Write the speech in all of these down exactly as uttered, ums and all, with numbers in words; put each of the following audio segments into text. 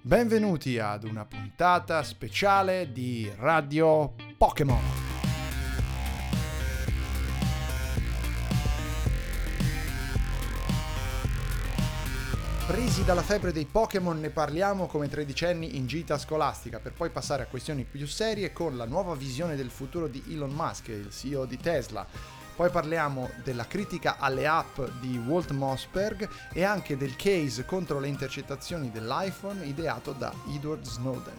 Benvenuti ad una puntata speciale di Radio Pokémon. Presi dalla febbre dei Pokémon ne parliamo come tredicenni in gita scolastica, per poi passare a questioni più serie con la nuova visione del futuro di Elon Musk, il C E O di Tesla. Poi parliamo della critica alle app di Walt Mossberg e anche del case contro le intercettazioni dell'iPhone ideato da Edward Snowden.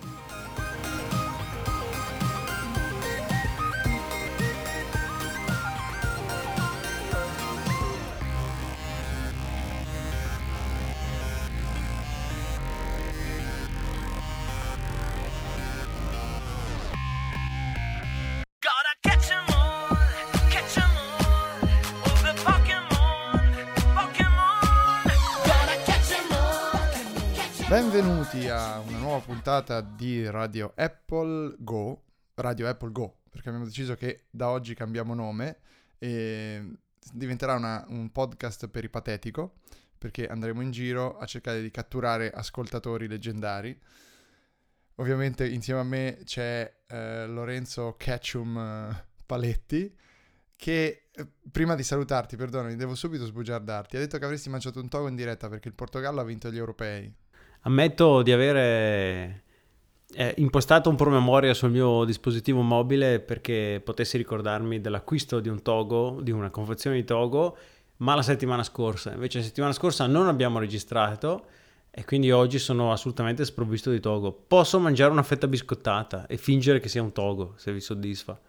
Benvenuti a una nuova puntata di Radio Apple Go, Radio Apple Go, perché abbiamo deciso che da oggi cambiamo nome e diventerà una, un podcast peripatetico, perché andremo in giro a cercare di catturare ascoltatori leggendari. Ovviamente insieme a me c'è eh, Lorenzo Ketchum Paletti, che prima di salutarti, perdonami, devo subito sbugiardarti, ha detto che avresti mangiato un togo in diretta perché il Portogallo ha vinto gli europei. Ammetto di avere eh, impostato un promemoria sul mio dispositivo mobile perché potessi ricordarmi dell'acquisto di un togo, di una confezione di togo, ma la settimana scorsa. Invece la settimana scorsa non abbiamo registrato e quindi oggi sono assolutamente sprovvisto di togo. Posso mangiare una fetta biscottata e fingere che sia un togo, se vi soddisfa.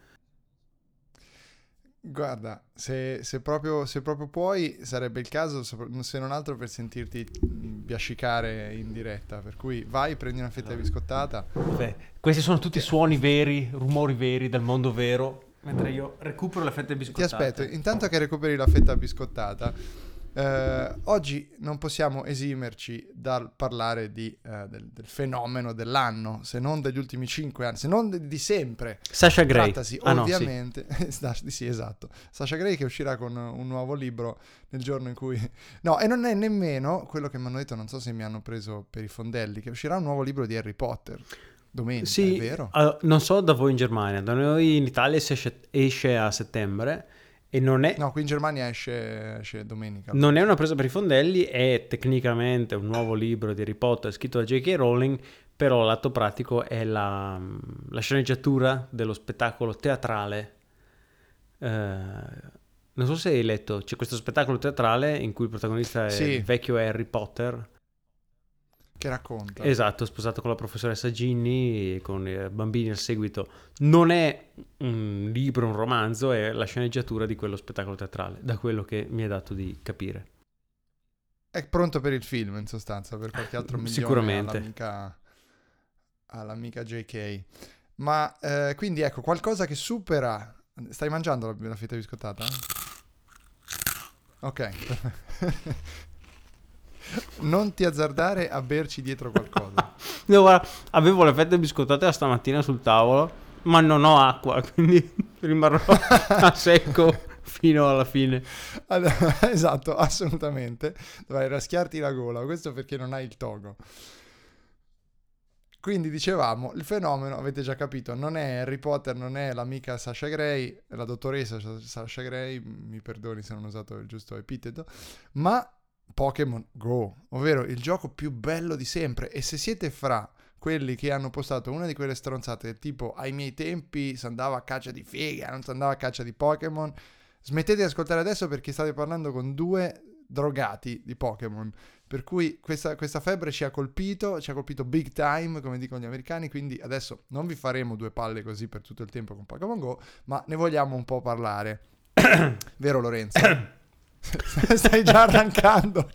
Guarda, se, se, proprio, se proprio puoi, sarebbe il caso, se non altro per sentirti biascicare in diretta. Per cui vai, prendi una fetta biscottata. Beh, questi sono tutti suoni veri, rumori veri del mondo vero, mentre io recupero le fette biscottate. Ti aspetto, intanto che recuperi la fetta biscottata, eh, oggi non possiamo esimerci dal parlare di, eh, del, del fenomeno dell'anno, se non degli ultimi cinque anni, se non di, di sempre. Sasha Grey. Trattasi ah, ovviamente, no, sì. sì esatto, Sasha Grey che uscirà con un nuovo libro nel giorno in cui, no, e non è nemmeno quello che mi hanno detto, non so se mi hanno preso per i fondelli, che uscirà un nuovo libro di Harry Potter domenica, sì, è vero? Uh, non so da voi in Germania, da noi in Italia si esce, esce a settembre e non è... No, qui in Germania esce, esce domenica. Non è una presa per i fondelli, è tecnicamente un nuovo libro di Harry Potter scritto da J K. Rowling, però l'atto pratico è la, la sceneggiatura dello spettacolo teatrale. Eh, non so se hai letto, c'è questo spettacolo teatrale in cui il protagonista è sì. il vecchio Harry Potter. Che racconta. Esatto, sposato con la professoressa Ginny, con i bambini al seguito. Non è un libro, un romanzo, è la sceneggiatura di quello spettacolo teatrale, da quello che mi è dato di capire. È pronto per il film, in sostanza, per qualche altro milione. Sicuramente. All'amica, all'amica J K. Ma eh, quindi ecco, qualcosa che supera... Stai mangiando la, la fetta biscottata? Ok. Non ti azzardare a berci dietro qualcosa. No, guarda, avevo le fette biscottate da stamattina sul tavolo, ma non ho acqua, quindi rimarrò a secco fino alla fine. Allora, esatto, assolutamente. Dovrai raschiarti la gola, questo perché non hai il togo. Quindi dicevamo, il fenomeno, avete già capito, non è Harry Potter, non è l'amica Sasha Grey, la dottoressa Sasha Grey, mi perdoni se non ho usato il giusto epiteto, ma Pokémon Go, ovvero il gioco più bello di sempre. E se siete fra quelli che hanno postato una di quelle stronzate del tipo ai miei tempi si andava a caccia di figa, non si andava a caccia di Pokémon, smettete di ascoltare adesso perché state parlando con due drogati di Pokémon, per cui questa, questa febbre ci ha colpito, ci ha colpito big time, come dicono gli americani, quindi adesso non vi faremo due palle così per tutto il tempo con Pokémon Go, ma ne vogliamo un po' parlare. Vero Lorenzo? Stai già arrancando.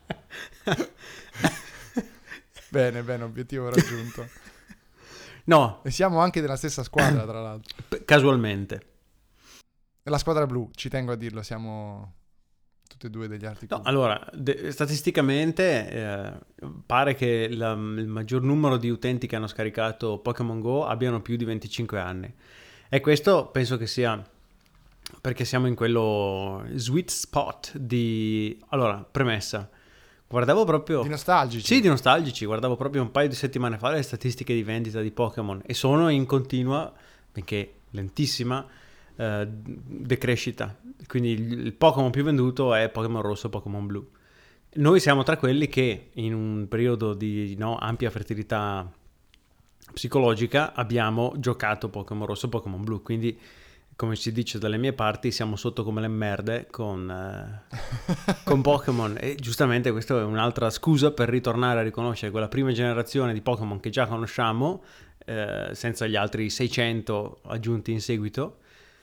Bene, bene, obiettivo raggiunto. No. E siamo anche della stessa squadra, tra l'altro. Casualmente. La squadra blu, ci tengo a dirlo, siamo tutti e due degli articoli. No, allora, de- statisticamente eh, pare che la, il maggior numero di utenti che hanno scaricato Pokémon Go abbiano più di venticinque anni. E questo penso che sia perché siamo in quello sweet spot di... Allora, premessa. Guardavo proprio... Di nostalgici? Sì, di nostalgici. Guardavo proprio un paio di settimane fa le statistiche di vendita di Pokémon e sono in continua, benché lentissima, eh, decrescita. Quindi il, il Pokémon più venduto è Pokémon Rosso e Pokémon Blu. Noi siamo tra quelli che in un periodo di no, ampia fertilità psicologica abbiamo giocato Pokémon Rosso e Pokémon Blu, quindi come si dice dalle mie parti siamo sotto come le merde con, eh, con Pokémon e giustamente questa è un'altra scusa per ritornare a riconoscere quella prima generazione di Pokémon che già conosciamo, eh, senza gli altri seicento aggiunti in seguito.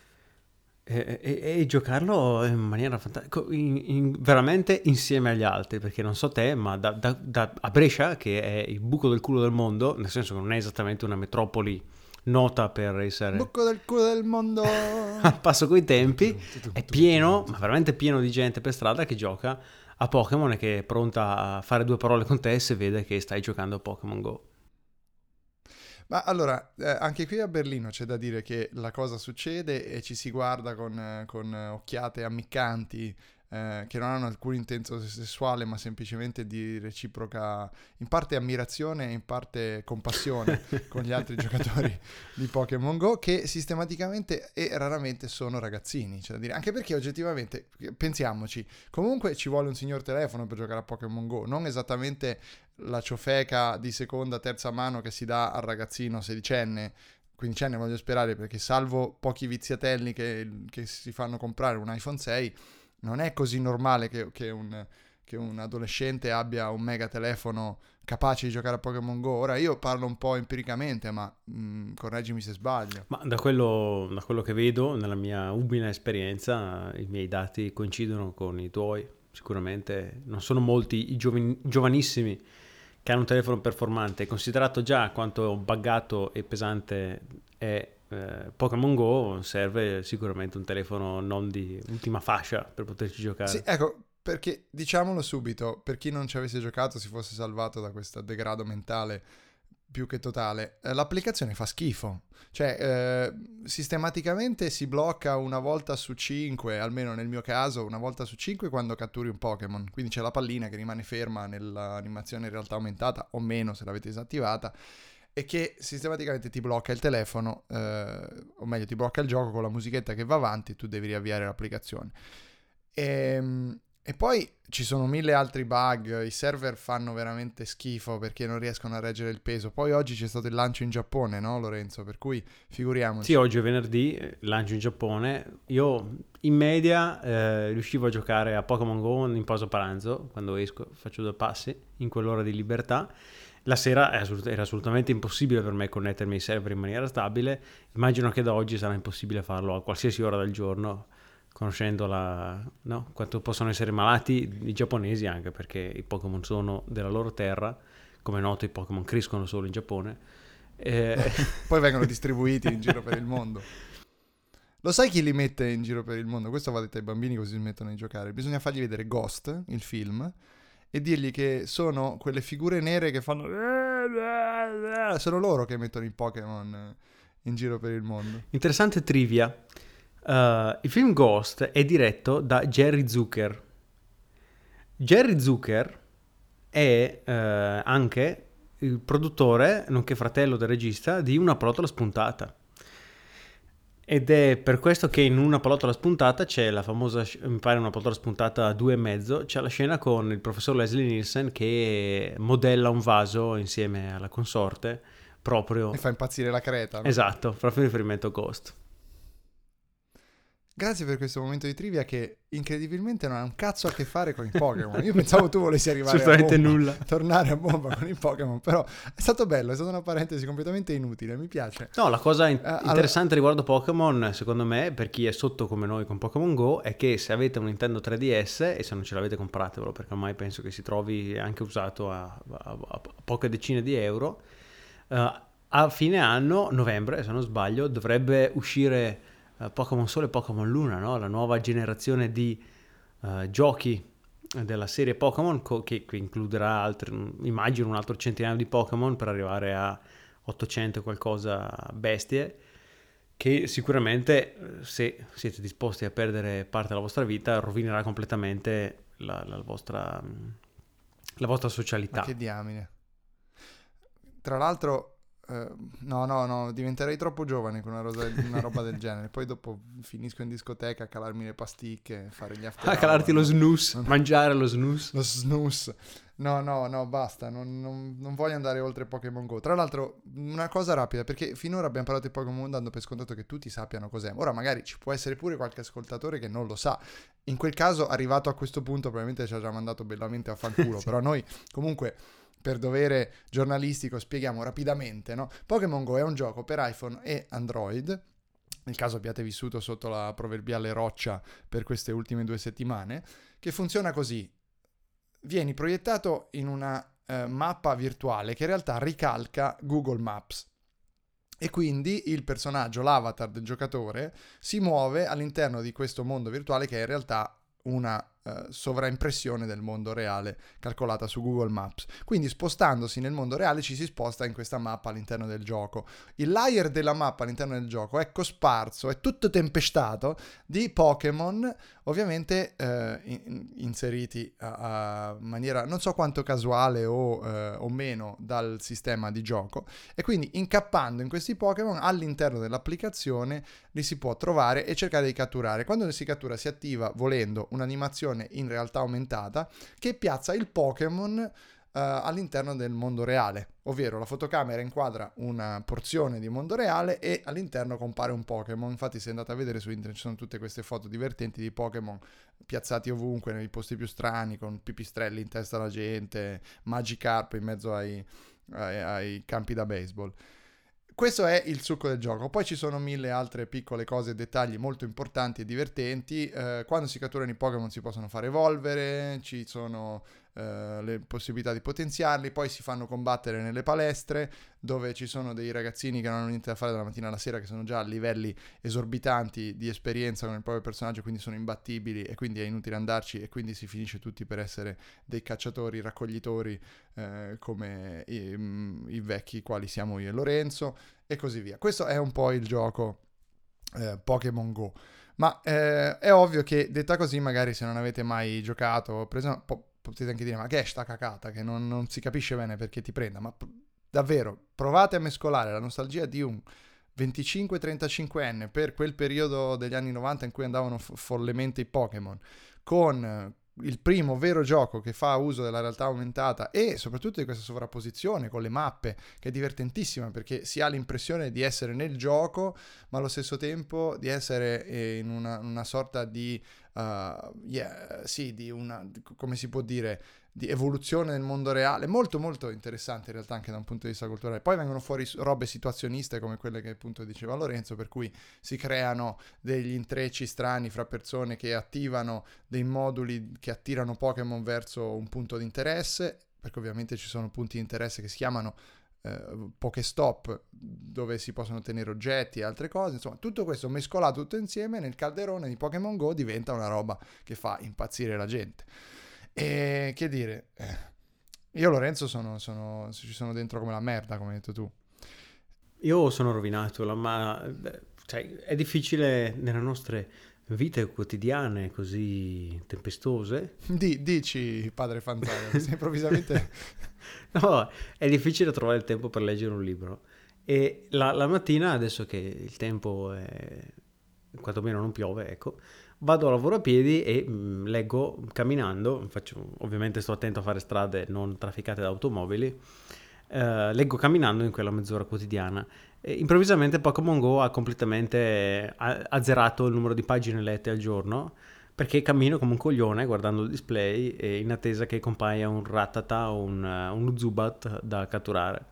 E, e, e giocarlo in maniera fantastica, in, in, veramente insieme agli altri, perché non so te, ma da, da, da, a Brescia, che è il buco del culo del mondo, nel senso che non è esattamente una metropoli nota per essere buco del culo del mondo al passo coi tempi, è pieno, ma veramente pieno di gente per strada che gioca a Pokémon e che è pronta a fare due parole con te se vede che stai giocando a Pokémon Go. Ma allora, eh, anche qui a Berlino c'è da dire che la cosa succede e ci si guarda con, eh, con occhiate ammiccanti, eh, che non hanno alcun intento sessuale, ma semplicemente di reciproca, in parte ammirazione e in parte compassione con gli altri giocatori di Pokémon Go, che sistematicamente e raramente sono ragazzini, c'è da dire. Anche perché oggettivamente, pensiamoci, comunque ci vuole un signor telefono per giocare a Pokémon Go, non esattamente la ciofeca di seconda, terza mano che si dà al ragazzino sedicenne, quindicenne voglio sperare, perché salvo pochi viziatelli che, che si fanno comprare un iPhone sei, non è così normale che, che, un, che un adolescente abbia un mega telefono capace di giocare a Pokémon Go. Ora io parlo un po' empiricamente, ma mh, correggimi se sbaglio. Ma da quello, da quello che vedo, nella mia umile esperienza, i miei dati coincidono con i tuoi. Sicuramente non sono molti i giovani, giovanissimi che hanno un telefono performante. Considerato già quanto buggato e pesante è eh, Pokémon Go, serve sicuramente un telefono non di ultima fascia per poterci giocare. Sì, ecco, perché diciamolo subito, per chi non ci avesse giocato, si fosse salvato da questo degrado mentale più che totale, eh, l'applicazione fa schifo. Cioè, eh, sistematicamente si blocca una volta su cinque, almeno nel mio caso, una volta su cinque quando catturi un Pokémon. Quindi c'è la pallina che rimane ferma nell'animazione in realtà aumentata, o meno se l'avete disattivata, e che sistematicamente ti blocca il telefono, eh, o meglio ti blocca il gioco con la musichetta che va avanti e tu devi riavviare l'applicazione. E... E poi ci sono mille altri bug, i server fanno veramente schifo perché non riescono a reggere il peso. Poi oggi c'è stato il lancio in Giappone, no Lorenzo? Per cui figuriamoci. Sì, oggi è venerdì, lancio in Giappone. Io in media eh, riuscivo a giocare a Pokémon Go in pausa pranzo, quando esco faccio due passi, in quell'ora di libertà. La sera era assolutamente impossibile per me connettermi ai server in maniera stabile. Immagino che da oggi sarà impossibile farlo a qualsiasi ora del giorno, conoscendo la, no? quanto possono essere malati i giapponesi, anche perché i Pokémon sono della loro terra. Come è noto, i Pokémon crescono solo in Giappone. E... Poi vengono distribuiti in giro per il mondo. Lo sai chi li mette in giro per il mondo? Questo va detto ai bambini così smettono di giocare. Bisogna fargli vedere Ghost, il film, e dirgli che sono quelle figure nere che fanno... Sono loro che mettono i Pokémon in giro per il mondo. Interessante trivia. Uh, il film Ghost è diretto da Jerry Zucker. Jerry Zucker è uh, anche il produttore, nonché fratello del regista, di Una pallottola spuntata. Ed è per questo che in Una pallottola spuntata c'è la famosa, mi pare Una pallottola spuntata due e mezzo, c'è la scena con il professor Leslie Nielsen che modella un vaso insieme alla consorte, proprio... E fa impazzire la creta, no? Esatto, proprio in riferimento a Ghost. Grazie per questo momento di trivia che incredibilmente non ha un cazzo a che fare con i Pokémon. Io pensavo tu volessi arrivare assolutamente a bomba, nulla. tornare a bomba con i Pokémon, però è stato bello, è stata una parentesi completamente inutile, mi piace. No, la cosa in- Uh, interessante allora... riguardo Pokémon, secondo me, per chi è sotto come noi con Pokémon Go, è che se avete un Nintendo tre D S, e se non ce l'avete compratevelo, perché ormai penso che si trovi anche usato a, a, a poche decine di euro, uh, a fine anno, novembre, se non sbaglio, dovrebbe uscire... Pokémon Sole e Pokémon Luna, no? La nuova generazione di uh, giochi della serie Pokémon co- che, che includerà altri, immagino un altro centinaio di Pokémon per arrivare a ottocento e qualcosa bestie, che sicuramente, se siete disposti a perdere parte della vostra vita, rovinerà completamente la, la vostra la vostra socialità. Ma che diamine. Tra l'altro, eh, no, no, no, diventerei troppo giovane con una, rosa, una roba del genere. Poi dopo finisco in discoteca a calarmi le pasticche, fare gli after A hour, calarti lo no? snus, mangiare lo snus. Lo snus. No, no, no, basta, non, non- non voglio andare oltre Pokémon Go. Tra l'altro, una cosa rapida, perché finora abbiamo parlato di Pokémon dando per scontato che tutti sappiano cos'è. Ora magari ci può essere pure qualche ascoltatore che non lo sa. In quel caso, arrivato a questo punto, probabilmente ci ha già mandato bellamente a fanculo. Sì. Però noi, comunque, per dovere giornalistico, spieghiamo rapidamente, no? Pokémon Go è un gioco per iPhone e Android. Nel caso abbiate vissuto sotto la proverbiale roccia per queste ultime due settimane, che funziona così. Vieni proiettato in una eh, mappa virtuale che in realtà ricalca Google Maps. E quindi il personaggio, l'avatar del giocatore, si muove all'interno di questo mondo virtuale che è in realtà una eh, sovraimpressione del mondo reale calcolata su Google Maps. Quindi spostandosi nel mondo reale ci si sposta in questa mappa all'interno del gioco. Il layer della mappa all'interno del gioco è cosparso, è tutto tempestato di Pokémon, ovviamente eh, in- inseriti a, a maniera non so quanto casuale o, eh, o meno dal sistema di gioco, e quindi incappando in questi Pokémon all'interno dell'applicazione li si può trovare e cercare di catturare. Quando li si cattura si attiva volendo un'animazione in realtà aumentata che piazza il Pokémon Uh, all'interno del mondo reale, ovvero la fotocamera inquadra una porzione di mondo reale e all'interno compare un Pokémon. Infatti se andate a vedere su internet ci sono tutte queste foto divertenti di Pokémon piazzati ovunque nei posti più strani, con pipistrelli in testa alla gente, Magikarp in mezzo ai, ai, ai campi da baseball. Questo è il succo del gioco. Poi ci sono mille altre piccole cose e dettagli molto importanti e divertenti. Eh, quando si catturano i Pokémon si possono far evolvere, ci sono eh, le possibilità di potenziarli, poi si fanno combattere nelle palestre dove ci sono dei ragazzini che non hanno niente da fare dalla mattina alla sera, che sono già a livelli esorbitanti di esperienza con il proprio personaggio, quindi sono imbattibili e quindi è inutile andarci, e quindi si finisce tutti per essere dei cacciatori, raccoglitori eh, come i, i vecchi quali siamo io e Lorenzo, e così via. Questo è un po' il gioco eh, Pokémon Go. Ma eh, è ovvio che, detta così, magari se non avete mai giocato, preso, po- potete anche dire: ma che è sta cacata, che non, non si capisce bene perché ti prenda. Ma p- davvero, provate a mescolare la nostalgia di un venticinque trentacinquenne per quel periodo degli anni novanta in cui andavano fo- follemente i Pokémon, con eh, il primo vero gioco che fa uso della realtà aumentata e soprattutto di questa sovrapposizione con le mappe, che è divertentissima perché si ha l'impressione di essere nel gioco ma allo stesso tempo di essere eh, in una, una sorta di uh, yeah, sì, di una, come si può dire, di evoluzione nel mondo reale, molto molto interessante in realtà anche da un punto di vista culturale. Poi vengono fuori robe situazioniste come quelle che appunto diceva Lorenzo, per cui si creano degli intrecci strani fra persone che attivano dei moduli che attirano Pokémon verso un punto di interesse, perché ovviamente ci sono punti di interesse che si chiamano eh, Pokéstop, dove si possono ottenere oggetti e altre cose. Insomma, tutto questo mescolato tutto insieme nel calderone di Pokémon Go diventa una roba che fa impazzire la gente. E che dire, eh, io Lorenzo sono, sono, ci sono dentro come la merda, come hai detto tu. Io sono rovinato, la- ma cioè, è difficile nelle nostre vite quotidiane così tempestose. Di, dici, padre Fanzaio, che sei improvvisamente... No, è difficile trovare il tempo per leggere un libro. E la, la mattina, adesso che il tempo è quantomeno non piove, ecco, vado a lavoro a piedi e mh, leggo camminando. Faccio, ovviamente sto attento a fare strade non trafficate da automobili. Eh, leggo camminando in quella mezz'ora quotidiana. E improvvisamente Pokémon Go ha completamente a- azzerato il numero di pagine lette al giorno, perché cammino come un coglione guardando il display e in attesa che compaia un Rattata o un, uh, uno Zubat da catturare.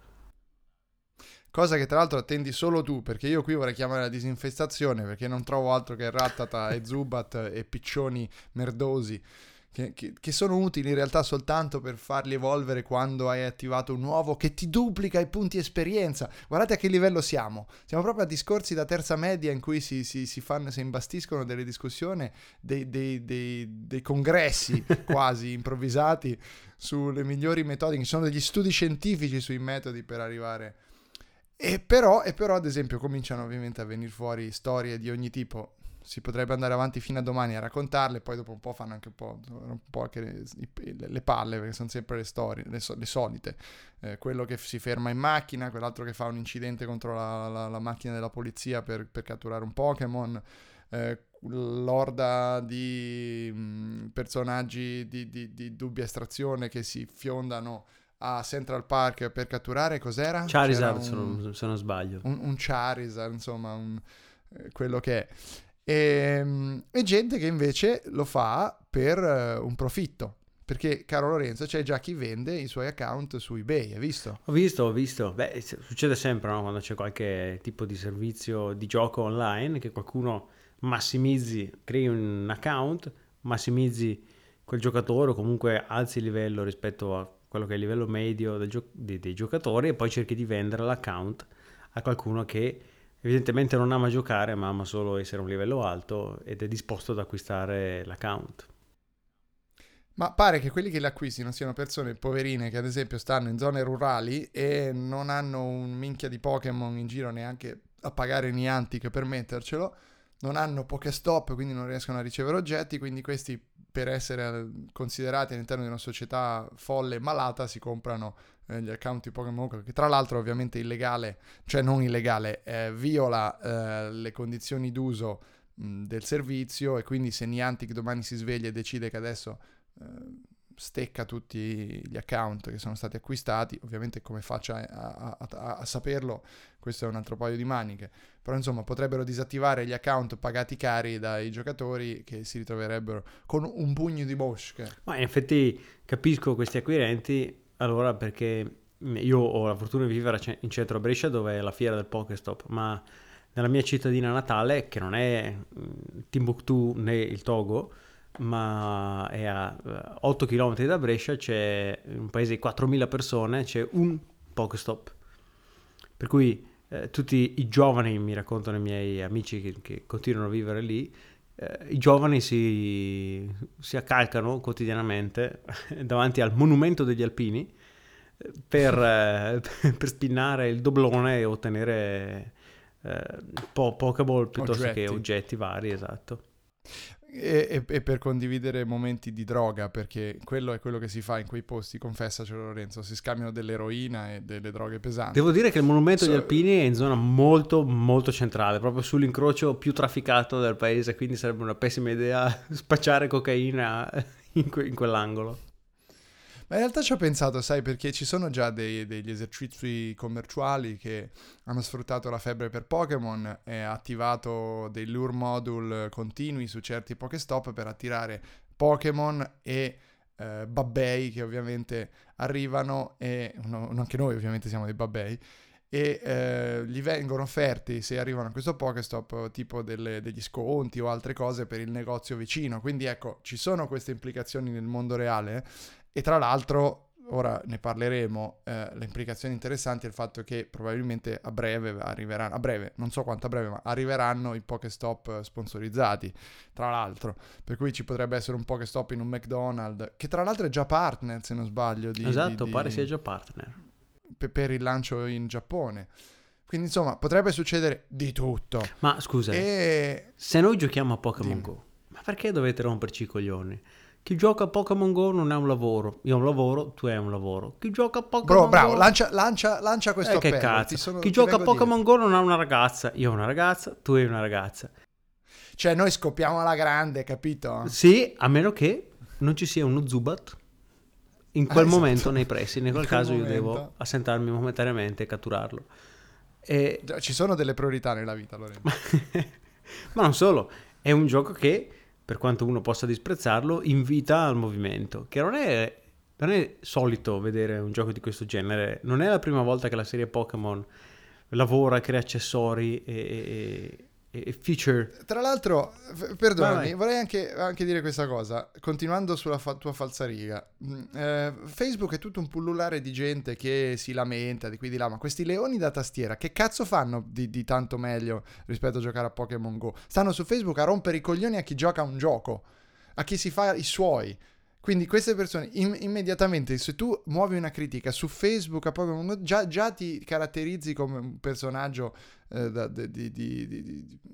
Cosa che tra l'altro attendi solo tu, perché io qui vorrei chiamare la disinfestazione, perché non trovo altro che Rattata e Zubat e piccioni merdosi, che, che, che sono utili in realtà soltanto per farli evolvere quando hai attivato un nuovo che ti duplica i punti esperienza. Guardate a che livello siamo. Siamo proprio a discorsi da terza media in cui si, si, si fanno, si imbastiscono delle discussioni, dei, dei, dei, dei congressi quasi improvvisati sulle migliori metodiche. Ci sono degli studi scientifici sui metodi per arrivare... E però, e però, ad esempio, cominciano ovviamente a venire fuori storie di ogni tipo. si potrebbe andare avanti fino a domani a raccontarle, poi dopo un po' fanno anche un po', un po' anche le, le palle, perché sono sempre le storie, le, so, le solite. Eh, quello che si ferma in macchina, quell'altro che fa un incidente contro la, la, la macchina della polizia per, per catturare un Pokémon, eh, l'orda di mh, personaggi di, di, di dubbia estrazione che si fiondano a Central Park per catturare, cos'era? Charizard, un, se, non, se non sbaglio. Un, un Charizard, insomma, un, eh, quello che è. E, e gente che invece lo fa per uh, un profitto, perché caro Lorenzo c'è già chi vende i suoi account su eBay, hai visto? Ho visto, ho visto, beh succede sempre, no? Quando c'è qualche tipo di servizio di gioco online che qualcuno massimizzi, crei un account, massimizzi quel giocatore o comunque alzi il livello rispetto a quello che è il livello medio del gio- dei, dei giocatori e poi cerchi di vendere l'account a qualcuno che evidentemente non ama giocare ma ama solo essere a un livello alto ed è disposto ad acquistare l'account. Ma pare che quelli che li acquistino siano persone poverine che ad esempio stanno in zone rurali e non hanno un minchia di Pokémon in giro neanche a pagare Niantic per mettercelo, non hanno Pokéstop, quindi non riescono a ricevere oggetti, quindi questi per essere considerati all'interno di una società folle e malata si comprano eh, gli account di Pokémon, che tra l'altro ovviamente è illegale, cioè non illegale, eh, viola eh, le condizioni d'uso mh, del servizio, e quindi se Niantic domani si sveglia e decide che adesso eh, stecca tutti gli account che sono stati acquistati, ovviamente come faccia a, a, a, a saperlo, questo è un altro paio di maniche, però insomma potrebbero disattivare gli account pagati cari dai giocatori che si ritroverebbero con un pugno di mosche. Ma in effetti capisco questi acquirenti, allora, perché io ho la fortuna di vivere in centro a Brescia dove è la fiera del Pokéstop, ma nella mia cittadina natale, che non è Timbuktu né il Togo, ma è a otto chilometri da Brescia, c'è un paese di quattromila persone, c'è un Pokéstop, per cui eh, tutti i giovani, mi raccontano i miei amici che, che continuano a vivere lì, eh, i giovani si, si accalcano quotidianamente davanti al monumento degli alpini per, eh, per spinnare il doblone e ottenere eh, po- Pokéball piuttosto oggetti. che oggetti vari, esatto. E, e, e per condividere momenti di droga, perché quello è quello che si fa in quei posti, confessacelo Lorenzo, si scambiano dell'eroina e delle droghe pesanti. Devo dire che il monumento So, degli Alpini è in zona molto molto centrale, proprio sull'incrocio più trafficato del paese, quindi sarebbe una pessima idea spacciare cocaina in, que- in quell'angolo. Ma in realtà ci ho pensato, sai, perché ci sono già dei, degli esercizi commerciali che hanno sfruttato la febbre per Pokémon e attivato dei lure module continui su certi Pokéstop per attirare Pokémon e eh, babbei che ovviamente arrivano, e no, anche noi ovviamente siamo dei babbei, e eh, gli vengono offerti, se arrivano a questo Pokéstop, tipo delle, degli sconti o altre cose per il negozio vicino. Quindi ecco, ci sono queste implicazioni nel mondo reale. E tra l'altro, ora ne parleremo, eh, le implicazioni interessanti è il fatto che probabilmente a breve arriveranno, a breve, non so quanto a breve, ma arriveranno i Pokéstop sponsorizzati, tra l'altro. Per cui ci potrebbe essere un Pokéstop in un McDonald's, che tra l'altro è già partner, se non sbaglio. Di, Esatto, di, pare di, sia già partner. Per, per il lancio in Giappone. Quindi insomma, potrebbe succedere di tutto. Ma scusa, e... se noi giochiamo a Pokémon Dimmi. Go, ma perché dovete romperci i coglioni? Chi gioca a Pokémon Go non è un lavoro. Io ho un lavoro, tu hai un lavoro. Chi gioca a Pokémon Bro, Go... bravo, lancia, lancia, lancia questo eh, che appello. cazzo. Ti sono, Chi ti gioca a vengo a Pokémon dire. Go non ha una ragazza. Io ho una ragazza, tu hai una ragazza. Cioè, noi scoppiamo alla grande, capito? Sì, a meno che non ci sia uno Zubat in quel Ah, esatto. momento nei pressi. In quel In quel caso io momento. devo assentarmi momentaneamente e catturarlo. E... Ci sono delle priorità nella vita, Lorenzo. Ma non solo, è un gioco che, per quanto uno possa disprezzarlo, invita al movimento, che non è, non è solito vedere un gioco di questo genere. Non è la prima volta che la serie Pokémon lavora, crea accessori e, e, e feature. Tra l'altro, f- perdonami, Vai, vai. vorrei anche, anche dire questa cosa, continuando sulla fa- tua falsariga. Mm, eh, Facebook è tutto un pullulare di gente che si lamenta di qui di là, ma questi leoni da tastiera che cazzo fanno di, di tanto meglio rispetto a giocare a Pokémon Go? Stanno su Facebook a rompere i coglioni a chi gioca a un gioco, a chi si fa i suoi. Quindi queste persone im- immediatamente, se tu muovi una critica su Facebook a Pokémon Go, già, già ti caratterizzi come un personaggio eh, da, di, di, di, di,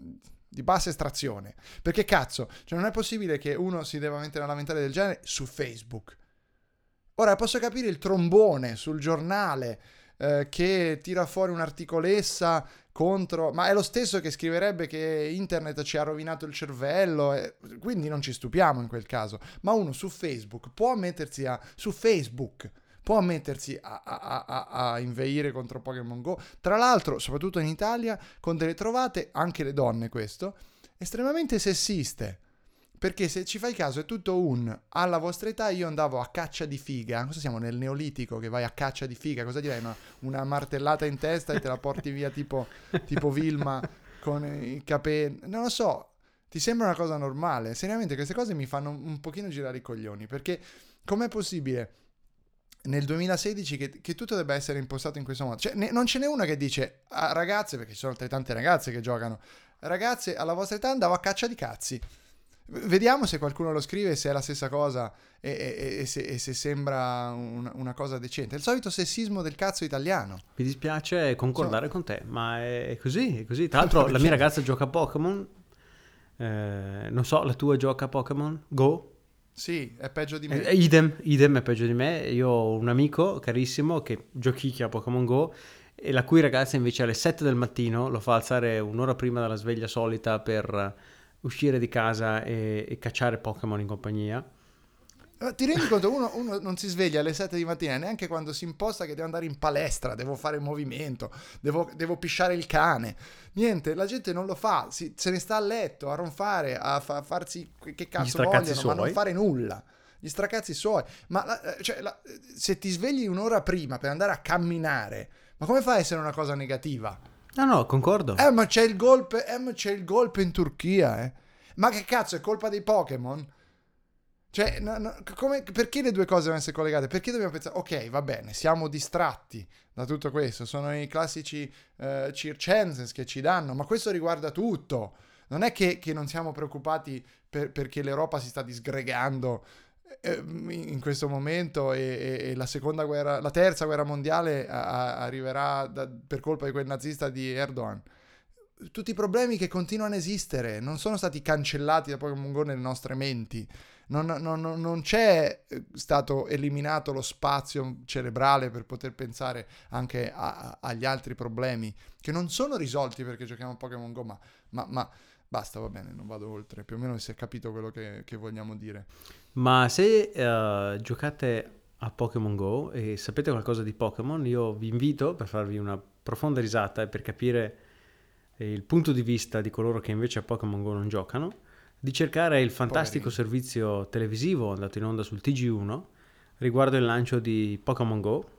di bassa estrazione. Perché cazzo, cioè non è possibile che uno si debba mettere a lamentare del genere su Facebook. Ora posso capire il trombone sul giornale eh, che tira fuori un'articolessa contro, ma è lo stesso che scriverebbe che internet ci ha rovinato il cervello, eh, quindi non ci stupiamo in quel caso. Ma uno su Facebook può mettersi a su Facebook può mettersi a, a, a, a inveire contro Pokémon Go, tra l'altro soprattutto in Italia con delle trovate, anche le donne questo, estremamente sessiste. Perché se ci fai caso è tutto un alla vostra età io andavo a caccia di figa. Cosa siamo nel Neolitico che vai a caccia di figa? Cosa direi? Una, una martellata in testa e te la porti via tipo, tipo Vilma con i capelli. Non lo so, ti sembra una cosa normale? Seriamente queste cose mi fanno un pochino girare i coglioni. Perché com'è possibile nel duemilasedici che, che tutto debba essere impostato in questo modo? Cioè ne, non ce n'è una che dice ah, ragazze, perché ci sono altrettante ragazze che giocano, ragazze alla vostra età andavo a caccia di cazzi. Vediamo se qualcuno lo scrive, se è la stessa cosa e, e, e, se, e se sembra un, una cosa decente. È il solito sessismo del cazzo italiano. Mi dispiace concordare so... con te, ma è così, è così. Tra l'altro Perché? La mia ragazza gioca a Pokémon, eh, non so, la tua gioca a Pokémon Go? Sì, è peggio di me. Eh, idem, idem è peggio di me. Io ho un amico carissimo che giochicchia a Pokémon Go e la cui ragazza invece alle sette del mattino lo fa alzare un'ora prima della sveglia solita per uscire di casa e, e cacciare Pokémon in compagnia. Ti rendi conto, uno, uno non si sveglia alle sette di mattina neanche quando si imposta che deve andare in palestra, devo fare movimento, devo, devo pisciare il cane. Niente, la gente non lo fa, si, se ne sta a letto a ronfare, a, fa, a farsi che cazzo vogliono, suoi. Ma non fare nulla. Gli stracazzi suoi. Ma la, cioè, la, se ti svegli un'ora prima per andare a camminare, ma come fa a essere una cosa negativa? No, no, concordo. Eh, ma c'è il golpe, eh, ma c'è il golpe in Turchia, eh. Ma che cazzo, è colpa dei Pokémon? Cioè, no, no, come, perché le due cose devono essere collegate? Perché dobbiamo pensare, ok, va bene, siamo distratti da tutto questo, sono i classici uh, circenses che ci danno, ma questo riguarda tutto. Non è che, che non siamo preoccupati per, perché l'Europa si sta disgregando eh, in questo momento e, e, e la seconda guerra, la terza guerra mondiale a, a, arriverà da, per colpa di quel nazista di Erdogan. Tutti i problemi che continuano a esistere non sono stati cancellati da Pokémon Go nelle nostre menti. Non, non, non c'è stato eliminato lo spazio cerebrale per poter pensare anche a, a, agli altri problemi che non sono risolti perché giochiamo a Pokémon Go, ma, ma, ma basta, va bene, non vado oltre, più o meno si è capito quello che, che vogliamo dire. Ma se uh, giocate a Pokémon Go e sapete qualcosa di Pokémon, io vi invito, per farvi una profonda risata e per capire il punto di vista di coloro che invece a Pokémon Go non giocano, di cercare il fantastico Poverino. servizio televisivo andato in onda sul T G uno riguardo il lancio di Pokémon Go,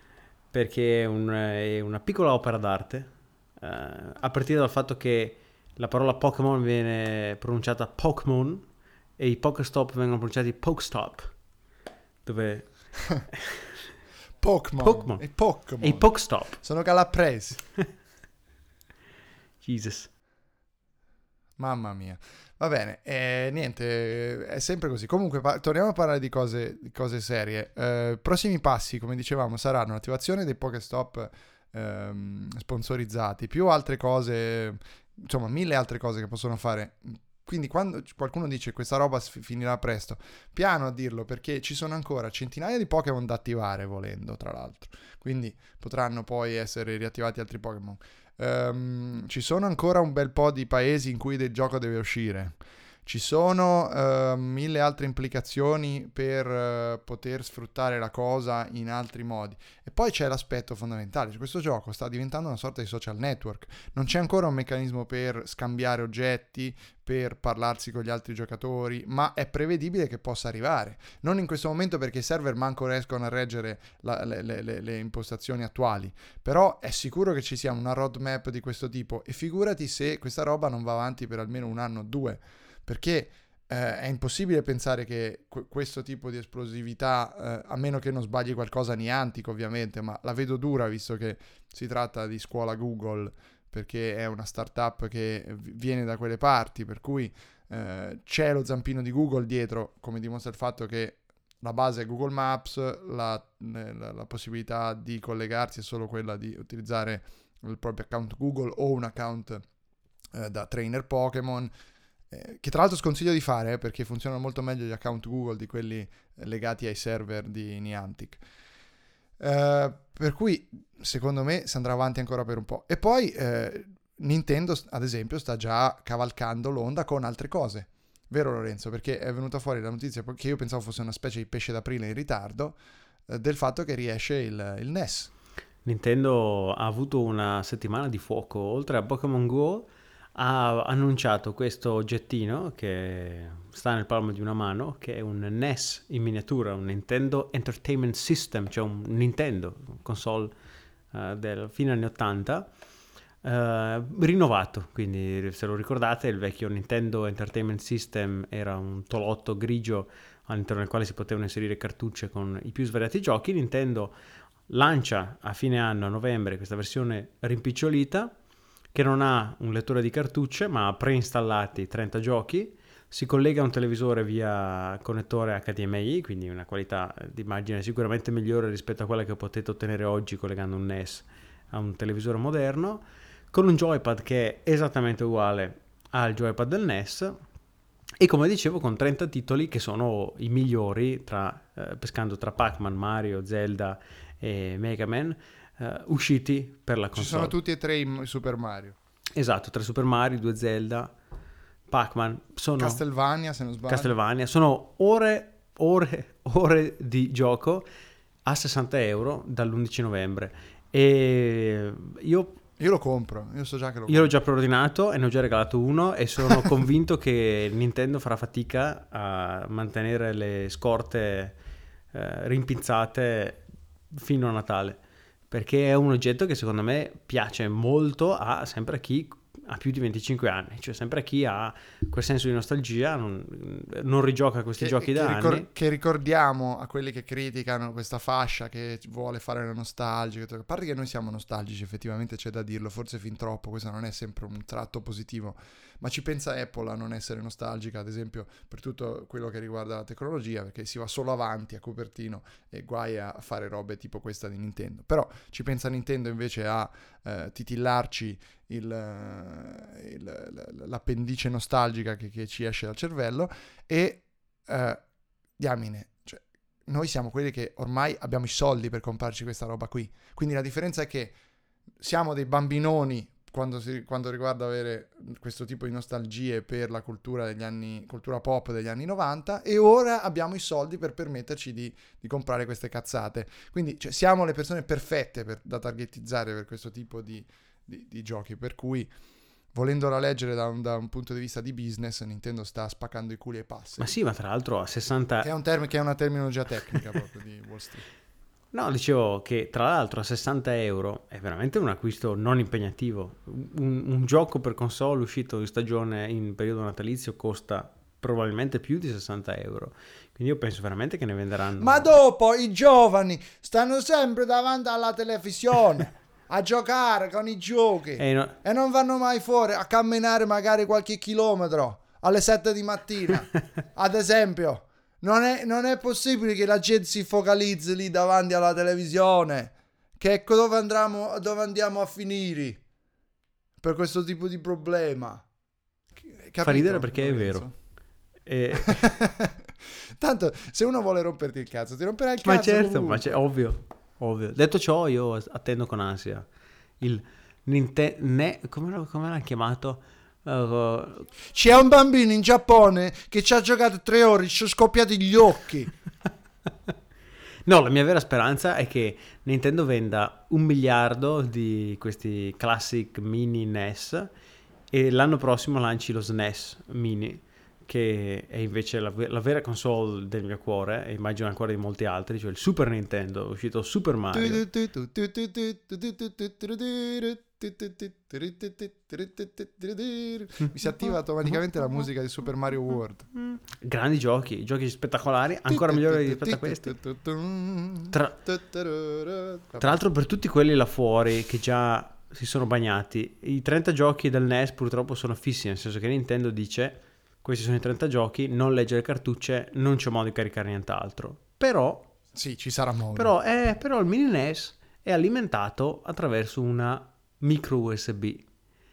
perché è, un, è una piccola opera d'arte, eh, a partire dal fatto che la parola Pokémon viene pronunciata Pokémon e i Pokestop vengono pronunciati Pokestop, dove Pokémon, Pokémon e Pokémon e i Pokestop sono calabresi. Jesus. Mamma mia. Va bene, eh, niente, è sempre così. Comunque, pa- torniamo a parlare di cose, di cose serie. Eh, prossimi passi, come dicevamo, saranno l'attivazione dei Pokestop ehm, sponsorizzati, più altre cose, insomma, mille altre cose che possono fare. Quindi quando qualcuno dice questa roba f- finirà presto, piano a dirlo, perché ci sono ancora centinaia di Pokémon da attivare, volendo, tra l'altro. Quindi potranno poi essere riattivati altri Pokémon. Um, ci sono ancora un bel po' di paesi in cui del gioco deve uscire. Ci sono uh, mille altre implicazioni per uh, poter sfruttare la cosa in altri modi. E poi c'è l'aspetto fondamentale. Cioè, questo gioco sta diventando una sorta di social network. Non c'è ancora un meccanismo per scambiare oggetti, per parlarsi con gli altri giocatori, ma è prevedibile che possa arrivare. Non in questo momento perché i server manco riescono a reggere la, le, le, le impostazioni attuali, però è sicuro che ci sia una roadmap di questo tipo e figurati se questa roba non va avanti per almeno un anno o due, perché eh, è impossibile pensare che que- questo tipo di esplosività, eh, a meno che non sbagli qualcosa Niantic ovviamente, ma la vedo dura visto che si tratta di scuola Google, perché è una startup che viene da quelle parti, per cui eh, c'è lo zampino di Google dietro, come dimostra il fatto che la base è Google Maps, la, la, la possibilità di collegarsi è solo quella di utilizzare il proprio account Google o un account eh, da trainer Pokémon, eh, che tra l'altro sconsiglio di fare, eh, perché funzionano molto meglio gli account Google di quelli legati ai server di Niantic. Eh, per cui secondo me si andrà avanti ancora per un po'. E poi eh, Nintendo ad esempio sta già cavalcando l'onda con altre cose, vero Lorenzo? Perché è venuta fuori la notizia che io pensavo fosse una specie di pesce d'aprile in ritardo, eh, del fatto che riesce il, il N E S. Nintendo ha avuto una settimana di fuoco. Oltre a Pokémon Go ha annunciato questo oggettino che sta nel palmo di una mano, che è un N E S in miniatura, un Nintendo Entertainment System, cioè un Nintendo, un console uh, del fine anni ottanta, uh, rinnovato. Quindi se lo ricordate, il vecchio Nintendo Entertainment System era un tolotto grigio all'interno del quale si potevano inserire cartucce con i più svariati giochi. Nintendo lancia a fine anno, a novembre, questa versione rimpicciolita che non ha un lettore di cartucce ma ha preinstallati trenta giochi, si collega a un televisore via connettore H D M I, quindi una qualità di immagine sicuramente migliore rispetto a quella che potete ottenere oggi collegando un N E S a un televisore moderno, con un joypad che è esattamente uguale al joypad del N E S e, come dicevo, con trenta titoli che sono i migliori, tra, eh, pescando tra Pac-Man, Mario, Zelda e Mega Man, uh, usciti per la console. Ci sono tutti e tre i Super Mario. Esatto, tre Super Mario, due Zelda, Pac-Man, sono Castlevania, se non sbaglio. Castlevania, sono ore, ore, ore di gioco a sessanta euro dall'undici novembre. E io... Io lo compro, io so già che lo compro. Io l'ho già preordinato e ne ho già regalato uno e sono convinto che Nintendo farà fatica a mantenere le scorte eh, rimpinzate fino a Natale, perché è un oggetto che secondo me piace molto a sempre a chi ha più di venticinque anni, cioè sempre a chi ha quel senso di nostalgia, non, non rigioca questi che, giochi che da ricor- anni. Che ricordiamo a quelli che criticano questa fascia che vuole fare la nostalgica, a parte che noi siamo nostalgici, effettivamente c'è da dirlo, forse fin troppo, questo non è sempre un tratto positivo, ma ci pensa Apple a non essere nostalgica, ad esempio per tutto quello che riguarda la tecnologia, perché si va solo avanti a Cupertino e guai a fare robe tipo questa di Nintendo. Però ci pensa Nintendo invece a eh, titillarci il, il, l'appendice nostalgica che, che ci esce dal cervello e eh, diamine, cioè, noi siamo quelli che ormai abbiamo i soldi per comprarci questa roba qui, quindi la differenza è che siamo dei bambinoni quando, si, quando riguarda avere questo tipo di nostalgie per la cultura degli anni, cultura pop degli anni novanta, e ora abbiamo i soldi per permetterci di, di comprare queste cazzate, quindi cioè, siamo le persone perfette per, da targetizzare per questo tipo di, di, di giochi, per cui volendola leggere da un, da un punto di vista di business, Nintendo sta spaccando i culi ai passi. Ma sì, ma tra l'altro a sessanta... Che è, un term- che è una terminologia tecnica proprio di Wall Street. No, dicevo che tra l'altro a sessanta euro è veramente un acquisto non impegnativo. Un, un gioco per console uscito in stagione in periodo natalizio costa probabilmente più di sessanta euro. Quindi io penso veramente che ne venderanno... Ma dopo i giovani stanno sempre davanti alla televisione a giocare con i giochi Eh, no... e non vanno mai fuori a camminare magari qualche chilometro alle sette di mattina, ad esempio. Non è, non è possibile che la gente si focalizzi lì davanti alla televisione. Che dove andremo, dove andiamo a finire per questo tipo di problema? Capito? Fa ridere perché è vero. E... Tanto se uno vuole romperti il cazzo, ti romperà il ma cazzo. certo, comunque. ma c'è, ovvio, ovvio. Detto ciò, io attendo con ansia il Nintendo, ne... come, come l'hanno chiamato? Uh, C'è un bambino in Giappone che ci ha giocato tre ore, ci sono scoppiati gli occhi. No, la mia vera speranza è che Nintendo venda un miliardo di questi classic mini N E S e l'anno prossimo lanci lo S N E S mini, che è invece la, la vera console del mio cuore, e immagino ancora di molti altri, cioè il Super Nintendo. È uscito Super Mario. Mi si attiva automaticamente la musica di Super Mario World. Grandi giochi, giochi spettacolari, ancora migliori rispetto a questi. Tra, tra l'altro, per tutti quelli là fuori che già si sono bagnati, i trenta giochi del N E S purtroppo sono fissi, nel senso che Nintendo dice: questi sono i trenta giochi, non leggere cartucce, non c'è modo di caricare nient'altro. Però sì, ci sarà modo. Però, è, però il mini N E S è alimentato attraverso una micro U S B.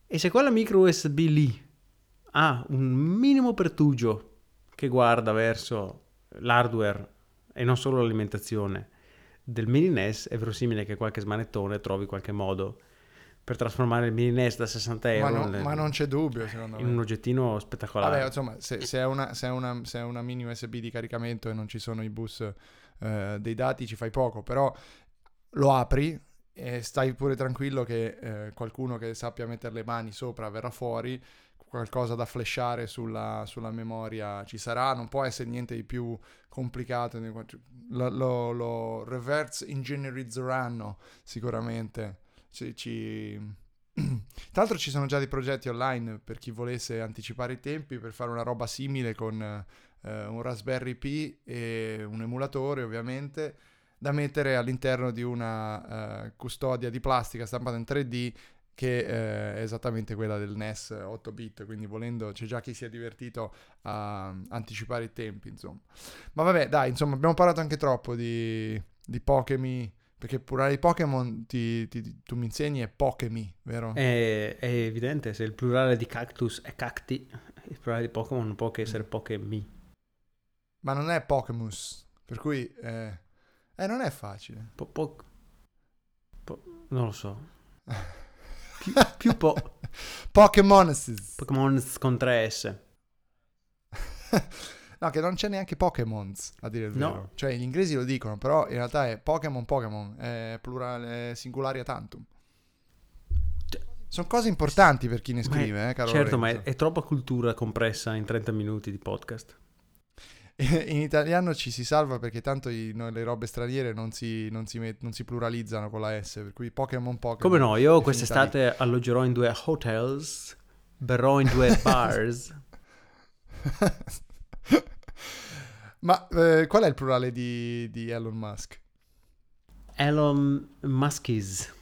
E se quella micro U S B lì ha un minimo pertugio che guarda verso l'hardware e non solo l'alimentazione del mini N E S, è verosimile che qualche smanettone trovi qualche modo per trasformare il mini N E S da sessanta euro Ma, no, nel, ma non c'è dubbio, secondo in me. un oggettino spettacolare. Vabbè, insomma, se, se, è una, se, è una, se è una mini U S B di caricamento e non ci sono i bus eh, dei dati, ci fai poco, però lo apri e stai pure tranquillo che eh, qualcuno che sappia mettere le mani sopra verrà fuori, qualcosa da flashare sulla, sulla memoria ci sarà, non può essere niente di più complicato, lo, lo, lo reverse ingegnerizzeranno sicuramente. Ci, ci... Tra l'altro ci sono già dei progetti online per chi volesse anticipare i tempi per fare una roba simile con eh, un Raspberry Pi e un emulatore ovviamente, da mettere all'interno di una uh, custodia di plastica stampata in tre D che uh, è esattamente quella del N E S otto bit, quindi volendo c'è già chi si è divertito a anticipare i tempi, insomma. Ma vabbè, dai, insomma, abbiamo parlato anche troppo di, di Pokemi, perché il plurale di Pokémon ti, ti, tu mi insegni è Pokemi, vero? È, è evidente, se il plurale di cactus è cacti, il plurale di Pokémon non può che essere Pokemi. Ma non è Pokemus, per cui... Eh... Eh, non è facile. Po- po- po- non lo so. Più, più po... Pokémon. Pokémon con tre S. No, che non c'è neanche Pokémon, a dire il No. vero. Cioè, gli inglesi lo dicono, però in realtà è Pokémon Pokémon, è plurale, singularia tantum. Sono cose importanti per chi ne scrive, è, eh, caro certo, Lorenzo. ma è, è troppa cultura compressa in trenta minuti di podcast. In italiano ci si salva perché tanto i, no, le robe straniere non si, non, si met, non si pluralizzano con la S, per cui Pokémon Pokémon. Come no, io quest'estate alloggerò in due hotels, berrò in due bars. Ma eh, qual è il plurale di, di Elon Musk? Elon Muskies.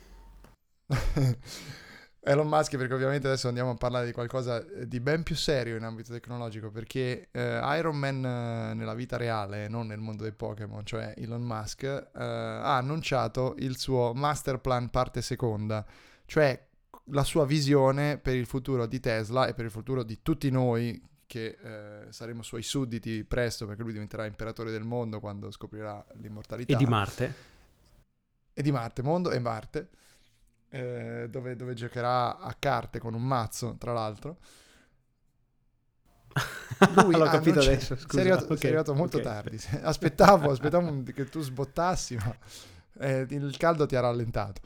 Elon Musk, perché ovviamente adesso andiamo a parlare di qualcosa di ben più serio in ambito tecnologico, perché eh, Iron Man eh, nella vita reale, non nel mondo dei Pokémon, cioè Elon Musk, eh, ha annunciato il suo master plan parte seconda, cioè la sua visione per il futuro di Tesla e per il futuro di tutti noi che eh, saremo suoi sudditi presto, perché lui diventerà imperatore del mondo quando scoprirà l'immortalità. E di Marte. E di Marte, mondo e Marte. Eh, dove, dove giocherà a carte con un mazzo, tra l'altro. Lui l'ho capito adesso, scusa. Sei arrivato, okay, sei arrivato molto okay. tardi. Aspettavo, aspettavo che tu sbottassi, ma eh, il caldo ti ha rallentato.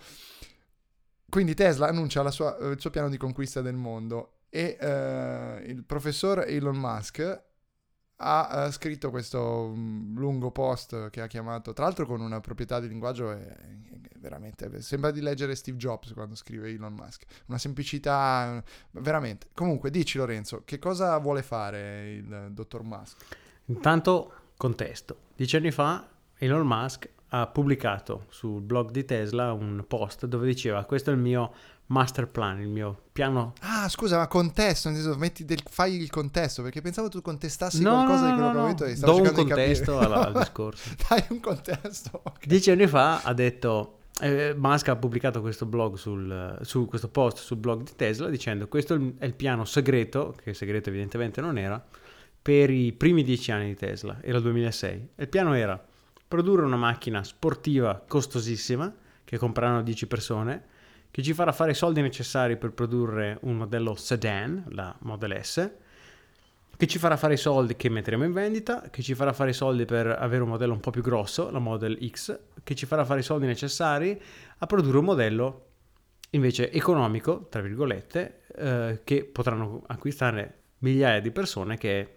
Quindi Tesla annuncia la sua, il suo piano di conquista del mondo e eh, il professor Elon Musk ha uh, scritto questo um, lungo post che ha chiamato, tra l'altro con una proprietà di linguaggio è, è veramente, sembra di leggere Steve Jobs quando scrive Elon Musk, una semplicità veramente. Comunque dici Lorenzo, che cosa vuole fare il dottor Musk? Intanto contesto, dieci anni fa Elon Musk ha pubblicato sul blog di Tesla un post dove diceva: questo è il mio master plan, il mio piano. Ah, scusa, ma contesto, nel senso, metti del, fai il contesto, perché pensavo tu contestassi no, qualcosa no, di quello no, che ho no. detto e stavo Do un cercando contesto di capire. al, al discorso. Dai un contesto. Okay. Dieci anni fa ha detto, eh, Musk ha pubblicato questo blog sul, su questo post sul blog di Tesla dicendo: questo è il piano segreto, che segreto evidentemente non era, per i primi dieci anni di Tesla, era il duemilasei. Il piano era produrre una macchina sportiva costosissima che compreranno dieci persone, che ci farà fare i soldi necessari per produrre un modello sedan, la Model S, che ci farà fare i soldi che metteremo in vendita, che ci farà fare i soldi per avere un modello un po' più grosso, la Model X, che ci farà fare i soldi necessari a produrre un modello invece economico, tra virgolette, eh, che potranno acquistare migliaia di persone, che è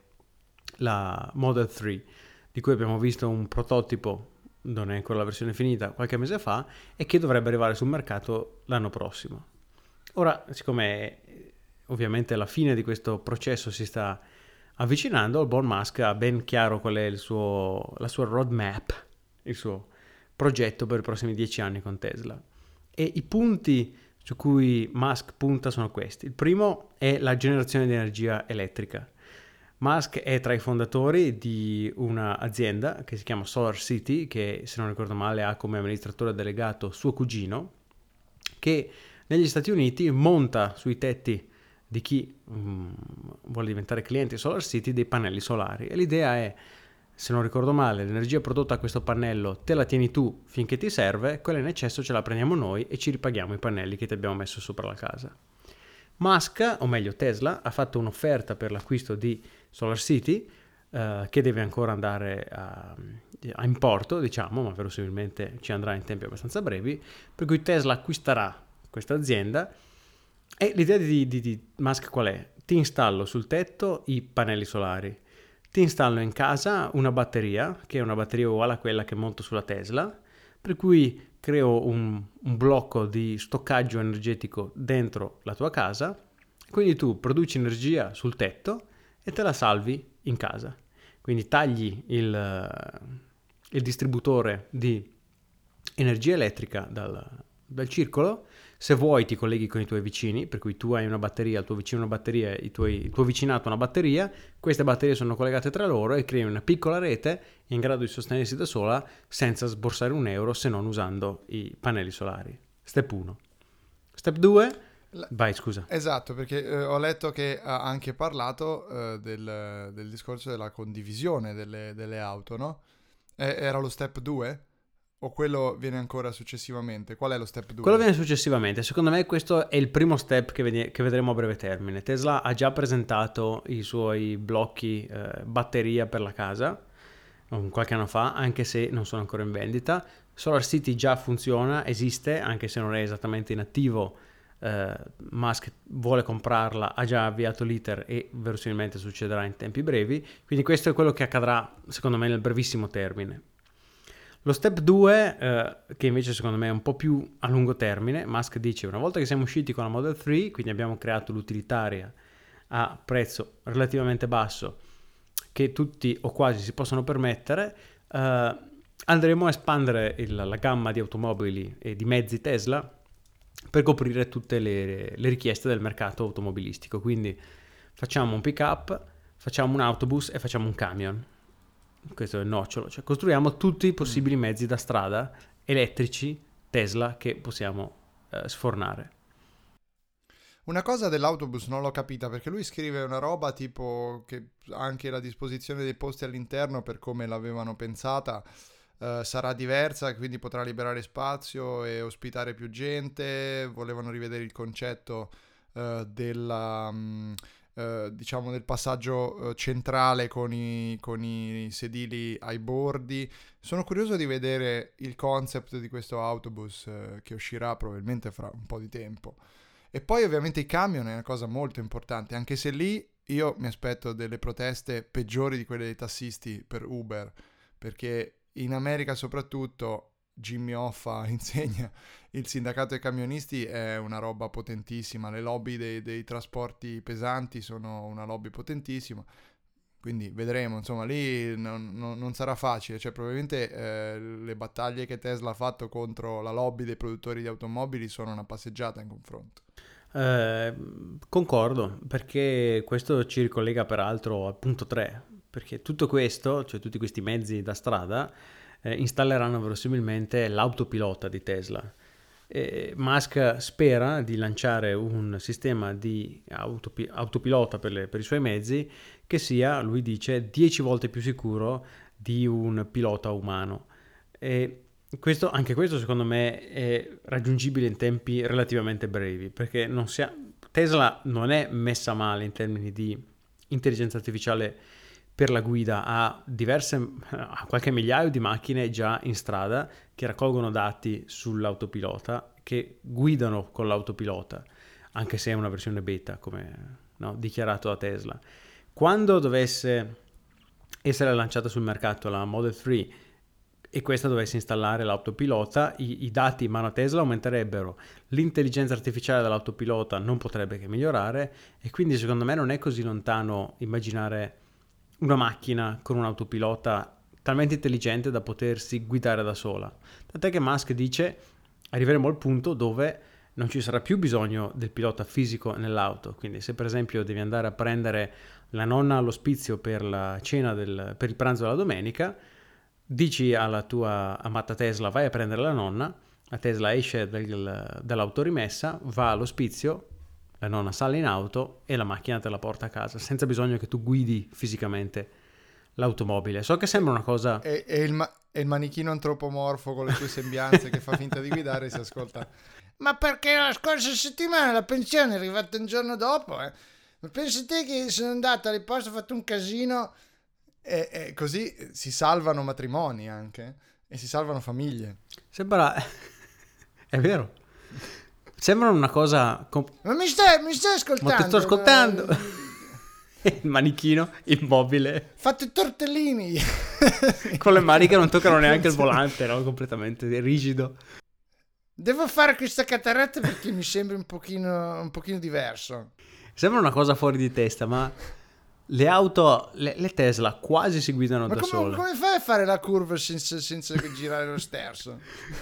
la Model tre, di cui abbiamo visto un prototipo, non è ancora la versione finita, qualche mese fa, e che dovrebbe arrivare sul mercato l'anno prossimo. Ora, siccome ovviamente la fine di questo processo si sta avvicinando, il buon Musk ha ben chiaro qual è il suo, la sua roadmap, il suo progetto per i prossimi dieci anni con Tesla. E i punti su cui Musk punta sono questi. Il primo è la generazione di energia elettrica. Musk è tra i fondatori di un'azienda che si chiama Solar City, che se non ricordo male ha come amministratore delegato suo cugino, che negli Stati Uniti monta sui tetti di chi um, vuole diventare cliente SolarCity dei pannelli solari, e l'idea è, se non ricordo male, l'energia prodotta a questo pannello te la tieni tu finché ti serve, quella in eccesso ce la prendiamo noi e ci ripaghiamo i pannelli che ti abbiamo messo sopra la casa. Musk, o meglio Tesla, ha fatto un'offerta per l'acquisto di SolarCity eh, che deve ancora andare a, a importo, diciamo, ma verosimilmente ci andrà in tempi abbastanza brevi, per cui Tesla acquisterà questa azienda. E l'idea di, di, di Musk qual è? Ti installo sul tetto i pannelli solari, ti installo in casa una batteria, che è una batteria uguale a quella che monto sulla Tesla, per cui creo un, un blocco di stoccaggio energetico dentro la tua casa, quindi tu produci energia sul tetto e te la salvi in casa. Quindi tagli il, il distributore di energia elettrica dal, dal circolo. Se vuoi ti colleghi con i tuoi vicini, per cui tu hai una batteria, il tuo vicino una batteria, i tuoi, il tuo vicinato una batteria, queste batterie sono collegate tra loro e crei una piccola rete in grado di sostenersi da sola senza sborsare un euro, se non usando i pannelli solari. Step uno. Step due. La... Vai, scusa. Esatto, perché eh, ho letto che ha anche parlato eh, del, del discorso della condivisione delle, delle auto, no? E, era lo step due? O quello viene ancora successivamente? Qual è lo step due? Quello viene successivamente. Secondo me questo è il primo step che, vede- che vedremo a breve termine. Tesla ha già presentato i suoi blocchi eh, batteria per la casa um, qualche anno fa, anche se non sono ancora in vendita. SolarCity già funziona, esiste, anche se non è esattamente in attivo. Uh, Musk vuole comprarla, ha già avviato l'iter e verosimilmente succederà in tempi brevi. Quindi questo è quello che accadrà, secondo me, nel brevissimo termine. Lo step due, eh, che invece secondo me è un po' più a lungo termine, Musk dice: una volta che siamo usciti con la Model tre, quindi abbiamo creato l'utilitaria a prezzo relativamente basso, che tutti o quasi si possono permettere, eh, andremo a espandere il, la gamma di automobili e di mezzi Tesla per coprire tutte le, le richieste del mercato automobilistico. Quindi facciamo un pick-up, facciamo un autobus e facciamo un camion. Questo è il nocciolo, cioè costruiamo tutti i possibili mezzi da strada elettrici Tesla che possiamo eh, sfornare. Una cosa dell'autobus non l'ho capita, perché lui scrive una roba tipo che anche la disposizione dei posti all'interno, per come l'avevano pensata, eh, sarà diversa, quindi potrà liberare spazio e ospitare più gente. Volevano rivedere il concetto eh, della... Mh, Uh, diciamo del passaggio uh, centrale con i, con i sedili ai bordi. Sono curioso di vedere il concept di questo autobus uh, che uscirà probabilmente fra un po' di tempo. E poi ovviamente i camion è una cosa molto importante, anche se lì io mi aspetto delle proteste peggiori di quelle dei tassisti per Uber, perché in America soprattutto Jimmy Hoffa insegna il sindacato dei camionisti è una roba potentissima, le lobby dei, dei trasporti pesanti sono una lobby potentissima, quindi vedremo, insomma lì non, non, non sarà facile, cioè probabilmente eh, le battaglie che Tesla ha fatto contro la lobby dei produttori di automobili sono una passeggiata in confronto. Eh, concordo, perché questo ci ricollega peraltro al punto tre, perché tutto questo, cioè tutti questi mezzi da strada, eh, installeranno verosimilmente l'autopilota di Tesla. Eh, Musk spera di lanciare un sistema di autopi- autopilota per, le, per i suoi mezzi che sia, lui dice, dieci volte più sicuro di un pilota umano. E questo, anche questo secondo me è raggiungibile in tempi relativamente brevi, perché non sia, Tesla non è messa male in termini di intelligenza artificiale per la guida, ha diverse, ha qualche migliaio di macchine già in strada che raccolgono dati sull'autopilota, che guidano con l'autopilota, anche se è una versione beta, come no, dichiarato da Tesla. Quando dovesse essere lanciata sul mercato la Model tre e questa dovesse installare l'autopilota, i, i dati in mano a Tesla aumenterebbero, l'intelligenza artificiale dell'autopilota non potrebbe che migliorare, e quindi secondo me non è così lontano immaginare una macchina con un autopilota talmente intelligente da potersi guidare da sola. Tant'è che Musk dice: arriveremo al punto dove non ci sarà più bisogno del pilota fisico nell'auto. Quindi se per esempio devi andare a prendere la nonna all'ospizio per la cena del, per il pranzo della domenica, dici alla tua amata Tesla: vai a prendere la nonna, La Tesla esce del, dall'autorimessa, va all'ospizio, la nonna sale in auto e la macchina te la porta a casa, senza bisogno che tu guidi fisicamente l'automobile. So che sembra una cosa... E, e, il, ma- e il manichino antropomorfo con le tue sembianze che fa finta di guidare si ascolta. Ma perché la scorsa settimana la pensione è arrivata un giorno dopo, eh? Ma pensi te che sono andato alle poste, ho fatto un casino, e, e così si salvano matrimoni anche, e si salvano famiglie. Sembra... è vero. Sembra una cosa... Comp- Ma mi stai, mi stai ascoltando? Ma ti sto ascoltando. Ma... il manichino immobile. Fate tortellini. Con le mani che non toccano neanche il volante, no? Completamente rigido. Devo fare questa catarata perché mi sembra un pochino, un pochino diverso. Sembra una cosa fuori di testa, ma le auto, le, le Tesla quasi si guidano ma da come, sole. come fai a fare la curva senza, senza girare lo sterzo?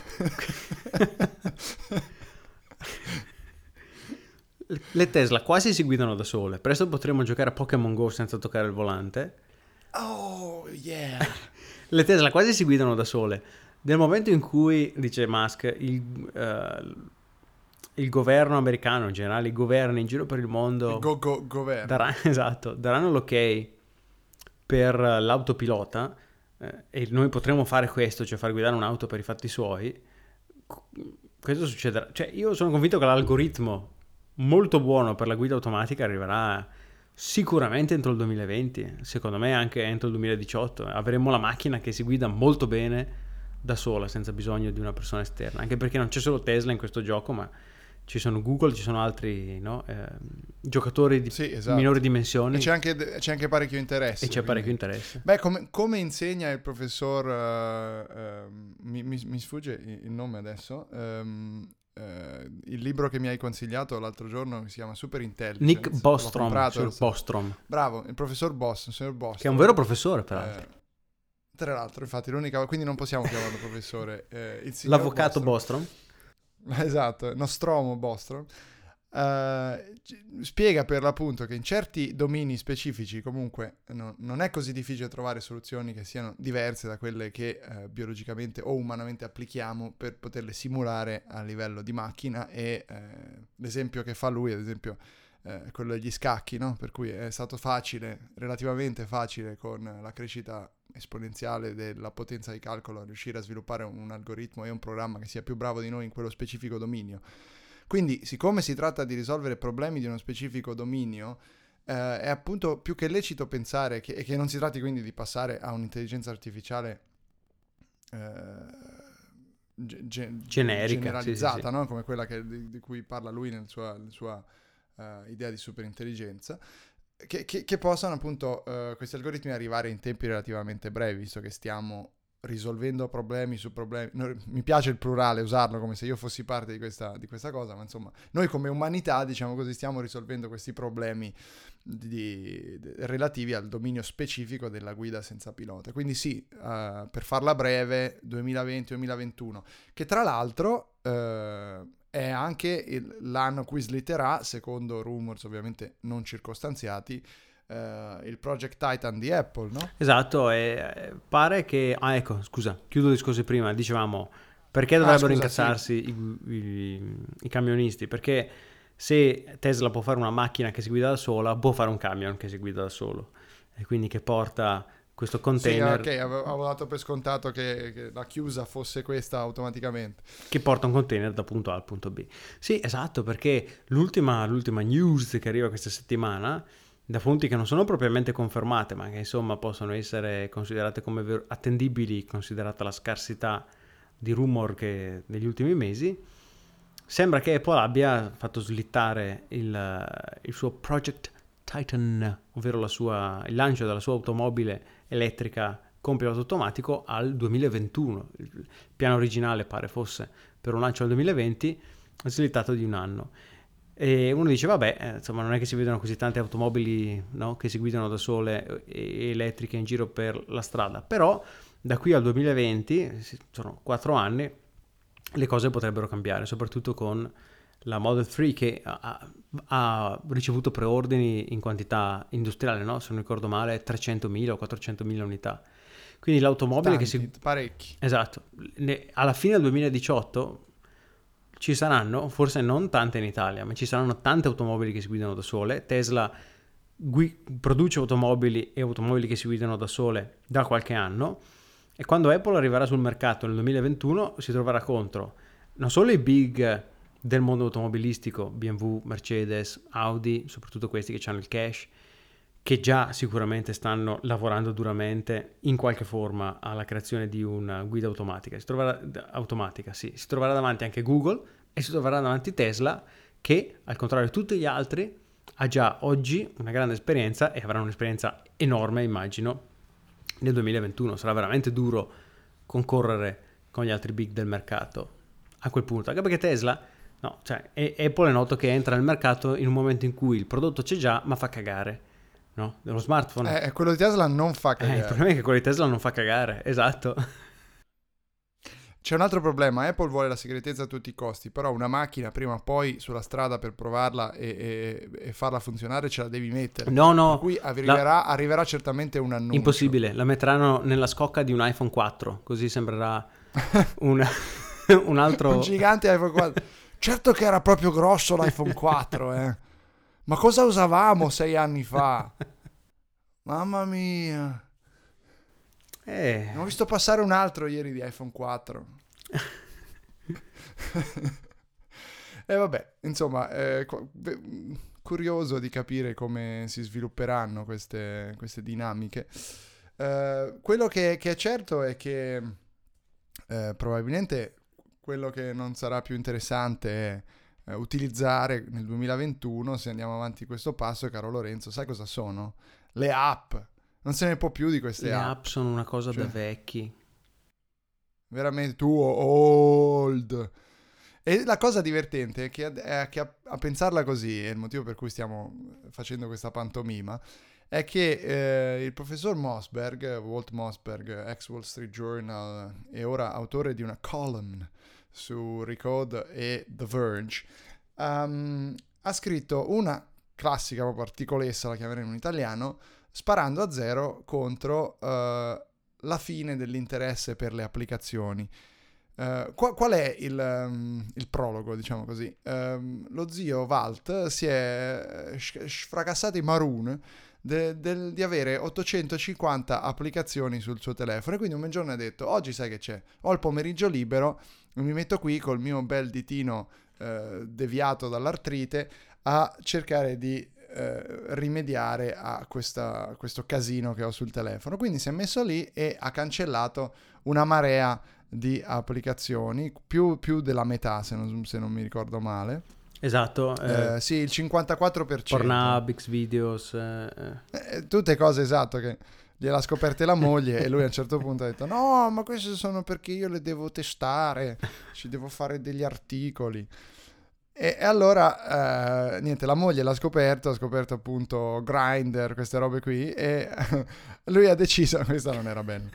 Le Tesla quasi si guidano da sole. Presto potremo giocare a Pokémon Go senza toccare il volante. Oh, yeah. Le Tesla quasi si guidano da sole. Nel momento in cui, dice Musk, il, uh, il governo americano, in generale i governi in giro per il mondo, il go, go, governo. Darà, esatto, daranno l'ok per l'autopilota, eh, e noi potremo fare questo, cioè far guidare un'auto per i fatti suoi. Questo succederà. Cioè, io sono convinto che l'algoritmo molto buono per la guida automatica arriverà sicuramente entro il duemilaventi, secondo me anche entro il duemiladiciotto. Avremo la macchina che si guida molto bene da sola, senza bisogno di una persona esterna, anche perché non c'è solo Tesla in questo gioco, ma ci sono Google, ci sono altri, no? eh, giocatori di sì, esatto. minori dimensioni. E c'è anche, c'è anche parecchio interesse. E c'è quindi... parecchio interesse. Beh, come, come insegna il professor, uh, uh, mi, mi, mi sfugge il nome adesso, um, uh, il libro che mi hai consigliato l'altro giorno si chiama Super Intelligence. Nick Bostrom, comprato, so. Bostrom. Bravo, il professor Bostrom, il signor Bostrom. Che è un vero professore, peraltro. Eh, tra l'altro, infatti, l'unica, quindi non possiamo chiamarlo professore. Eh, il signor L'avvocato Bostrom. Bostrom. Esatto, Nostromo Bostrom. Uh, spiega per l'appunto che in certi domini specifici comunque no, non è così difficile trovare soluzioni che siano diverse da quelle che uh, biologicamente o umanamente applichiamo per poterle simulare a livello di macchina, e uh, l'esempio che fa lui, ad esempio uh, quello degli scacchi, no? Per cui è stato facile, relativamente facile, con la crescita esponenziale della potenza di calcolo, riuscire a sviluppare un, un algoritmo e un programma che sia più bravo di noi in quello specifico dominio. Quindi, siccome si tratta di risolvere problemi di uno specifico dominio, eh, è appunto più che lecito pensare che, e che non si tratti quindi di passare a un'intelligenza artificiale eh, ge- generica, generalizzata, sì, sì, sì. No? Come quella che, di, di cui parla lui nella sua, nella sua uh, idea di superintelligenza, che, che, che possano appunto uh, questi algoritmi arrivare in tempi relativamente brevi, visto che stiamo risolvendo problemi su problemi. No, mi piace il plurale, usarlo come se io fossi parte di questa, di questa cosa, ma insomma noi come umanità, diciamo così, stiamo risolvendo questi problemi di, di, relativi al dominio specifico della guida senza pilota. Quindi sì, uh, per farla breve, duemilaventi duemilaventuno, che tra l'altro uh, è anche il, l'anno a cui slitterà, secondo rumors ovviamente non circostanziati, Uh, il Project Titan di Apple, no? Esatto, e pare che... Ah, ecco, scusa, chiudo il discorso prima. Dicevamo, perché dovrebbero ah, scusa, incazzarsi sì. i, i, i camionisti? Perché se Tesla può fare una macchina che si guida da sola, può fare un camion che si guida da solo. E quindi che porta questo container... Sì, ok, avevo, avevo dato per scontato che, che la chiusa fosse questa automaticamente. Che porta un container da punto A al punto B. Sì, esatto, perché l'ultima, l'ultima news che arriva questa settimana, da fonti che non sono propriamente confermate, ma che insomma possono essere considerate come ver- attendibili, considerata la scarsità di rumor che negli ultimi mesi, sembra che Apple abbia fatto slittare il, il suo Project Titan, ovvero la sua, il lancio della sua automobile elettrica con pilota automatico, al duemilaventuno. Il piano originale pare fosse per un lancio al duemilaventi, è slittato di un anno. E uno dice vabbè, eh, insomma non è che si vedono così tante automobili, no, che si guidano da sole e elettriche in giro per la strada, però da qui al duemilaventi, sono quattro anni, le cose potrebbero cambiare, soprattutto con la Model tre che ha, ha ricevuto preordini in quantità industriale, no? Se non ricordo male trecentomila o quattrocentomila unità, quindi l'automobile Tanti, che si... parecchi. Esatto, ne, alla fine del duemiladiciotto ci saranno, forse non tante in Italia, ma ci saranno tante automobili che si guidano da sole. Tesla gui- produce automobili e automobili che si guidano da sole da qualche anno, e quando Apple arriverà sul mercato nel duemilaventuno si troverà contro non solo i big del mondo automobilistico, B M W, Mercedes, Audi, soprattutto questi che hanno il cash, che già sicuramente stanno lavorando duramente in qualche forma alla creazione di una guida automatica. Si troverà, automatica, sì. Si troverà davanti anche Google e si troverà davanti Tesla, che al contrario di tutti gli altri ha già oggi una grande esperienza e avrà un'esperienza enorme, immagino, nel duemilaventuno. Sarà veramente duro concorrere con gli altri big del mercato a quel punto, anche perché Tesla, no, cioè Apple è noto che entra nel mercato in un momento in cui il prodotto c'è già ma fa cagare. No, dello smartphone. Eh, quello di Tesla non fa Eh, cagare. il problema è che quello di Tesla non fa cagare, esatto. C'è un altro problema, Apple vuole la segretezza a tutti i costi, però una macchina prima o poi sulla strada per provarla e, e, e farla funzionare ce la devi mettere. No, no. Per cui arriverà, la... arriverà certamente un annuncio. Impossibile, la metteranno nella scocca di un iPhone quattro, così sembrerà un, un altro... un gigante iPhone quattro. Certo che era proprio grosso l'iPhone quattro, eh. Ma cosa usavamo sei anni fa? Mamma mia. Eh. Ne ho visto passare un altro ieri di iPhone quattro. E vabbè, insomma, eh, curioso di capire come si svilupperanno queste, queste dinamiche. Eh, quello che, che è certo è che eh, probabilmente quello che non sarà più interessante è eh, utilizzare nel duemilaventuno, se andiamo avanti questo passo, caro Lorenzo, sai cosa sono? Le app. Non se ne può più di queste Le app. Le app sono una cosa cioè, da vecchi. Veramente tu old. E la cosa divertente è che, è che a, a pensarla così, e il motivo per cui stiamo facendo questa pantomima, è che eh, il professor Mossberg, Walt Mossberg, ex Wall Street Journal e ora autore di una column su Recode e The Verge, um, ha scritto una classica proprio articolessa, la chiameremo in italiano, sparando a zero contro uh, la fine dell'interesse per le applicazioni. Uh, qual, qual è il, um, il prologo, diciamo così? Um, lo zio Walt si è sfracassato i marun de, de, di avere ottocentocinquanta applicazioni sul suo telefono, e quindi un giorno ha detto: oggi sai che c'è? Ho il pomeriggio libero, mi metto qui col mio bel ditino uh, deviato dall'artrite a cercare di Uh, rimediare a questa, questo casino che ho sul telefono. Quindi si è messo lì e ha cancellato una marea di applicazioni, più, più della metà se non, se non mi ricordo male. Esatto. Eh, uh, sì, il cinquantaquattro per cento. Pornhub, Xvideos. Eh, eh, tutte cose, esatto, che gliel'ha scoperte la moglie e lui a un certo punto ha detto: no, ma queste sono perché io le devo testare, ci devo fare degli articoli. E, e allora, eh, niente, la moglie l'ha scoperto, ha scoperto appunto Grindr, queste robe qui, e lui ha deciso, questa non era bella,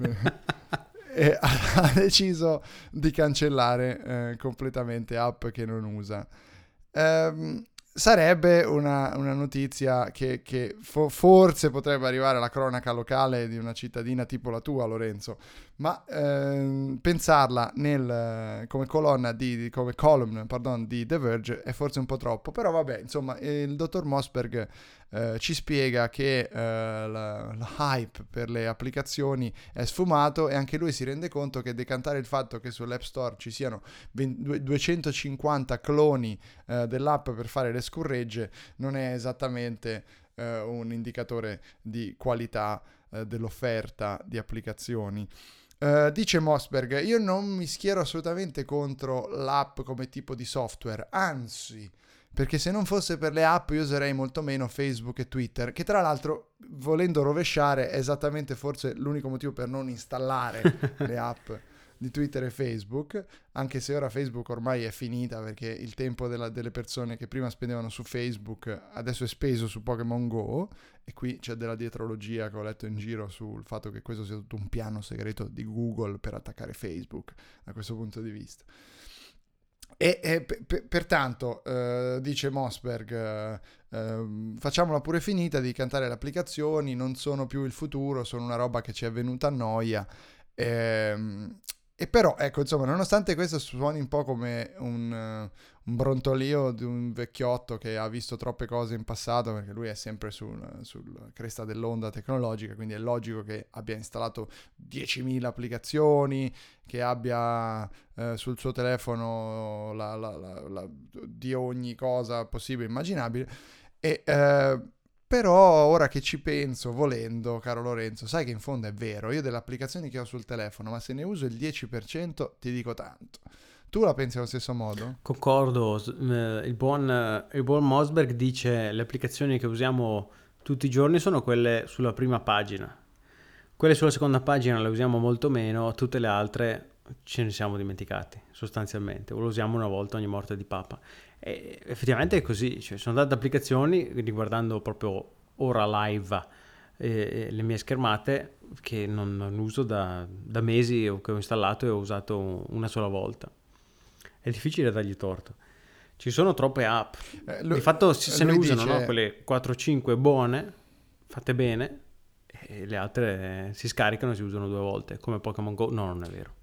e ha deciso di cancellare eh, completamente app che non usa. Ehm, sarebbe una, una notizia che, che fo- forse potrebbe arrivare alla cronaca locale di una cittadina tipo la tua, Lorenzo, ma ehm, pensarla nel, come colonna di, di come column, pardon, di The Verge è forse un po' troppo, però vabbè, insomma, il dottor Mossberg eh, ci spiega che eh, la, la hype per le applicazioni è sfumato, e anche lui si rende conto che decantare il fatto che sull'App Store ci siano venti, duecentocinquanta cloni eh, dell'app per fare le scurregge non è esattamente eh, un indicatore di qualità eh, dell'offerta di applicazioni. Uh, dice Mossberg: io non mi schiero assolutamente contro l'app come tipo di software, anzi, perché se non fosse per le app io userei molto meno Facebook e Twitter, che tra l'altro, volendo rovesciare, è esattamente forse l'unico motivo per non installare le app di Twitter e Facebook, anche se ora Facebook ormai è finita, perché il tempo della, delle persone che prima spendevano su Facebook adesso è speso su Pokémon Go, e qui c'è della dietrologia che ho letto in giro sul fatto che questo sia tutto un piano segreto di Google per attaccare Facebook da questo punto di vista. E, e per, pertanto eh, dice Mossberg, eh, eh, facciamola pure finita di cantare le applicazioni, non sono più il futuro, sono una roba che ci è venuta a noia. ehm E però, ecco, insomma, nonostante questo suoni un po' come un, eh, un brontolio di un vecchiotto che ha visto troppe cose in passato, perché lui è sempre sul, sul cresta dell'onda tecnologica, quindi è logico che abbia installato diecimila applicazioni, che abbia eh, sul suo telefono la, la, la, la, di ogni cosa possibile e immaginabile. E... Eh, però ora che ci penso, volendo, caro Lorenzo, sai che in fondo è vero, io delle applicazioni che ho sul telefono, ma se ne uso il dieci per cento, ti dico tanto. Tu la pensi allo stesso modo? Concordo, s- eh, il buon, eh, il buon Mosberg dice le applicazioni che usiamo tutti i giorni sono quelle sulla prima pagina. Quelle sulla seconda pagina le usiamo molto meno, tutte le altre ce ne siamo dimenticati sostanzialmente, o le usiamo una volta ogni morte di papa. E effettivamente è così, cioè, sono tante applicazioni, riguardando proprio ora live eh, le mie schermate, che non, non uso da, da mesi o che ho installato e ho usato una sola volta. È difficile dargli torto. Ci sono troppe app. Eh, Di lui, fatto si- se ne lui usano, no? dice... Quelle quattro cinque buone, fatte bene, e le altre eh, si scaricano e si usano due volte, come Pokémon Go. No, non è vero.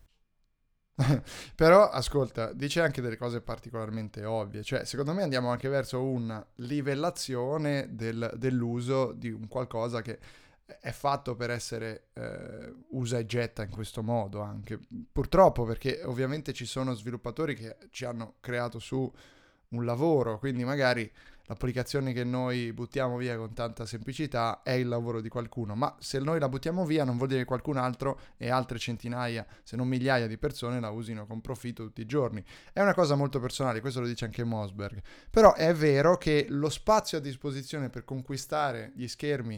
Però, ascolta, dice anche delle cose particolarmente ovvie. Cioè, secondo me andiamo anche verso una livellazione del- dell'uso di un qualcosa che è fatto per essere eh, usa e getta in questo modo anche. Purtroppo, perché ovviamente ci sono sviluppatori che ci hanno creato su un lavoro, quindi magari l'applicazione che noi buttiamo via con tanta semplicità è il lavoro di qualcuno, ma se noi la buttiamo via non vuol dire che qualcun altro e altre centinaia, se non migliaia di persone la usino con profitto tutti i giorni. È una cosa molto personale, questo lo dice anche Mosberg, però è vero che lo spazio a disposizione per conquistare gli schermi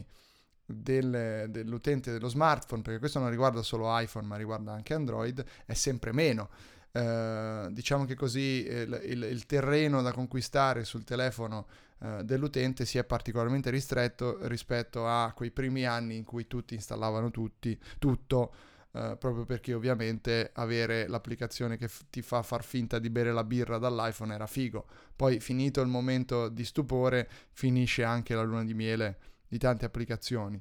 del, dell'utente dello smartphone, perché questo non riguarda solo iPhone ma riguarda anche Android, è sempre meno. Uh, diciamo che così il, il, il terreno da conquistare sul telefono uh, dell'utente si è particolarmente ristretto rispetto a quei primi anni in cui tutti installavano tutti, tutto, uh, proprio perché ovviamente avere l'applicazione che f- ti fa far finta di bere la birra dall'iPhone era figo. Poi finito il momento di stupore finisce anche la luna di miele di tante applicazioni.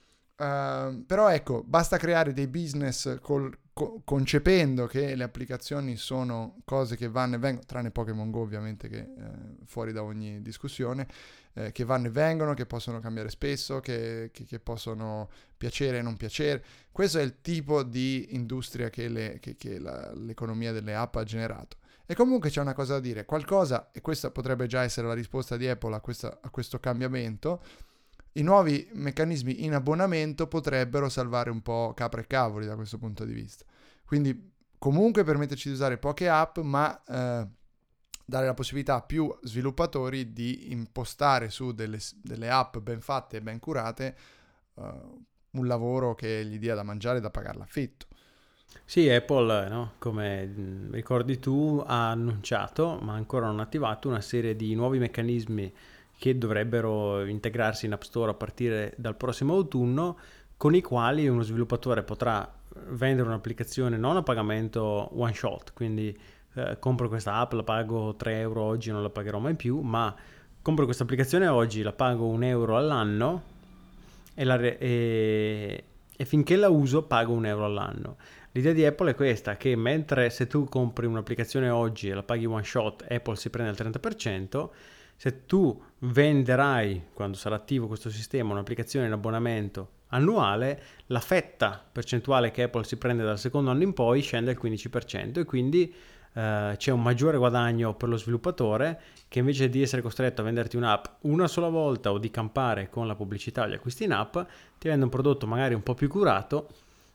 Uh, però ecco, basta creare dei business col, co- concependo che le applicazioni sono cose che vanno e vengono, tranne Pokémon Go ovviamente che è fuori da ogni discussione, eh, che vanno e vengono, che possono cambiare spesso, che, che, che possono piacere e non piacere. Questo è il tipo di industria che, le, che, che la, l'economia delle app ha generato. E comunque c'è una cosa da dire, qualcosa, e questa potrebbe già essere la risposta di Apple a, questa, a questo cambiamento. I nuovi meccanismi in abbonamento potrebbero salvare un po' capra e cavoli da questo punto di vista. Quindi comunque permetterci di usare poche app, ma eh, dare la possibilità a più sviluppatori di impostare su delle, delle app ben fatte e ben curate uh, un lavoro che gli dia da mangiare e da pagare l'affitto. Sì, Apple, no? Come mh, ricordi tu, ha annunciato, ma ancora non attivato, una serie di nuovi meccanismi che dovrebbero integrarsi in App Store a partire dal prossimo autunno, con i quali uno sviluppatore potrà vendere un'applicazione non a pagamento one shot, quindi eh, compro questa app, la pago tre euro oggi, non la pagherò mai più, ma compro questa applicazione oggi, la pago un euro all'anno e, la re- e, e finché la uso pago un euro all'anno. L'idea di Apple è questa, che mentre se tu compri un'applicazione oggi e la paghi one shot, Apple si prende il trenta per cento, se tu venderai, quando sarà attivo questo sistema, un'applicazione in abbonamento annuale, la fetta percentuale che Apple si prende dal secondo anno in poi scende al quindici per cento e quindi eh, c'è un maggiore guadagno per lo sviluppatore che invece di essere costretto a venderti un'app una sola volta o di campare con la pubblicità o gli acquisti in app, ti vende un prodotto magari un po' più curato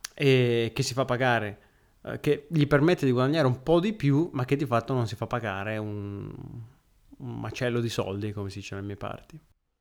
e che si fa pagare, eh, che gli permette di guadagnare un po' di più, ma che di fatto non si fa pagare un, un macello di soldi, come si dice nelle mie parti.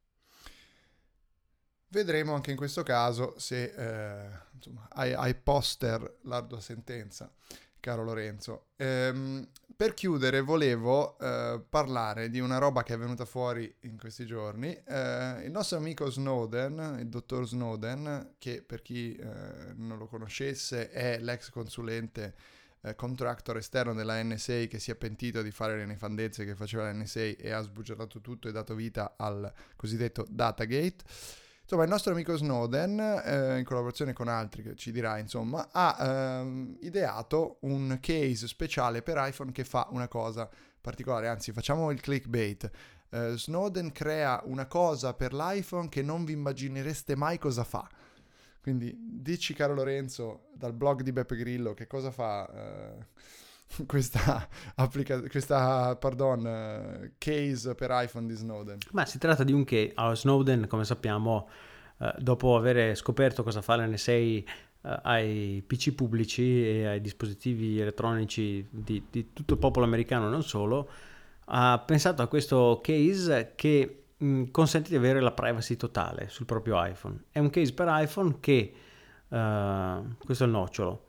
Vedremo anche in questo caso se eh, insomma, hai, hai poster l'ardua sentenza, caro Lorenzo. Ehm, per chiudere volevo eh, parlare di una roba che è venuta fuori in questi giorni. Eh, il nostro amico Snowden, il dottor Snowden, che per chi eh, non lo conoscesse è l'ex consulente eh, contractor esterno della N S A che si è pentito di fare le nefandezze che faceva la N S A e ha sbugiardato tutto e dato vita al cosiddetto Datagate. Insomma, il nostro amico Snowden, eh, in collaborazione con altri che ci dirà, insomma, ha ehm, ideato un case speciale per iPhone che fa una cosa particolare. Anzi, facciamo il clickbait. Uh, Snowden crea una cosa per l'iPhone che non vi immaginereste mai cosa fa. Quindi dici, caro Lorenzo, dal blog di Beppe Grillo, che cosa fa uh, questa, applica- questa pardon, uh, case per iPhone di Snowden? Ma si tratta di un case. Allora, Snowden, come sappiamo, uh, dopo aver scoperto cosa fa l'N S A uh, ai P C pubblici e ai dispositivi elettronici di, di tutto il popolo americano, non solo, ha pensato a questo case che mh, consente di avere la privacy totale sul proprio iPhone. È un case per iPhone che, uh, questo è il nocciolo,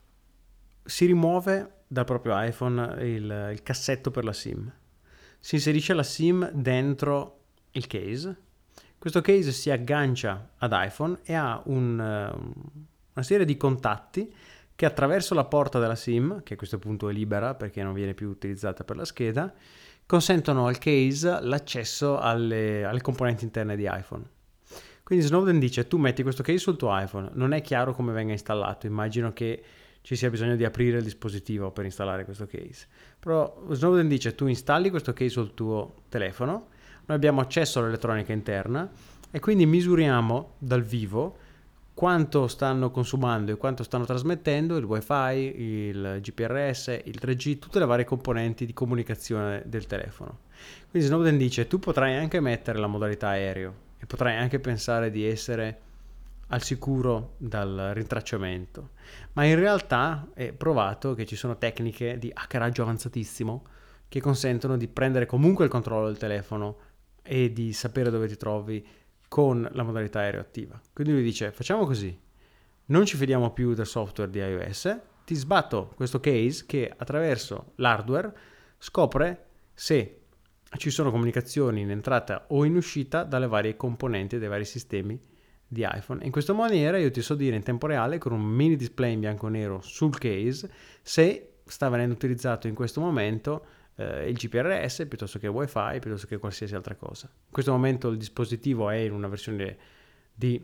si rimuove dal proprio iPhone il, il cassetto per la SIM, si inserisce la SIM dentro il case, questo case si aggancia ad iPhone e ha un, una serie di contatti che attraverso la porta della SIM, che a questo punto è libera perché non viene più utilizzata per la scheda, consentono al case l'accesso alle, alle componenti interne di iPhone. Quindi Snowden dice: tu metti questo case sul tuo iPhone, non è chiaro come venga installato, immagino che ci sia bisogno di aprire il dispositivo per installare questo case, però Snowden dice: tu installi questo case sul tuo telefono, noi abbiamo accesso all'elettronica interna e quindi misuriamo dal vivo quanto stanno consumando e quanto stanno trasmettendo il wifi, il G P R S, il tre G, tutte le varie componenti di comunicazione del telefono. Quindi Snowden dice: tu potrai anche mettere la modalità aereo e potrai anche pensare di essere al sicuro dal rintracciamento, ma in realtà è provato che ci sono tecniche di hackeraggio avanzatissimo che consentono di prendere comunque il controllo del telefono e di sapere dove ti trovi con la modalità aereo attiva. Quindi lui dice: facciamo così, non ci fidiamo più del software di iOS, ti sbatto questo case che attraverso l'hardware scopre se ci sono comunicazioni in entrata o in uscita dalle varie componenti dei vari sistemi di iPhone. In questa maniera io ti so dire in tempo reale, con un mini display in bianco e nero sul case, se sta venendo utilizzato in questo momento eh, il G P R S piuttosto che il wifi, piuttosto che qualsiasi altra cosa. In questo momento il dispositivo è in una versione di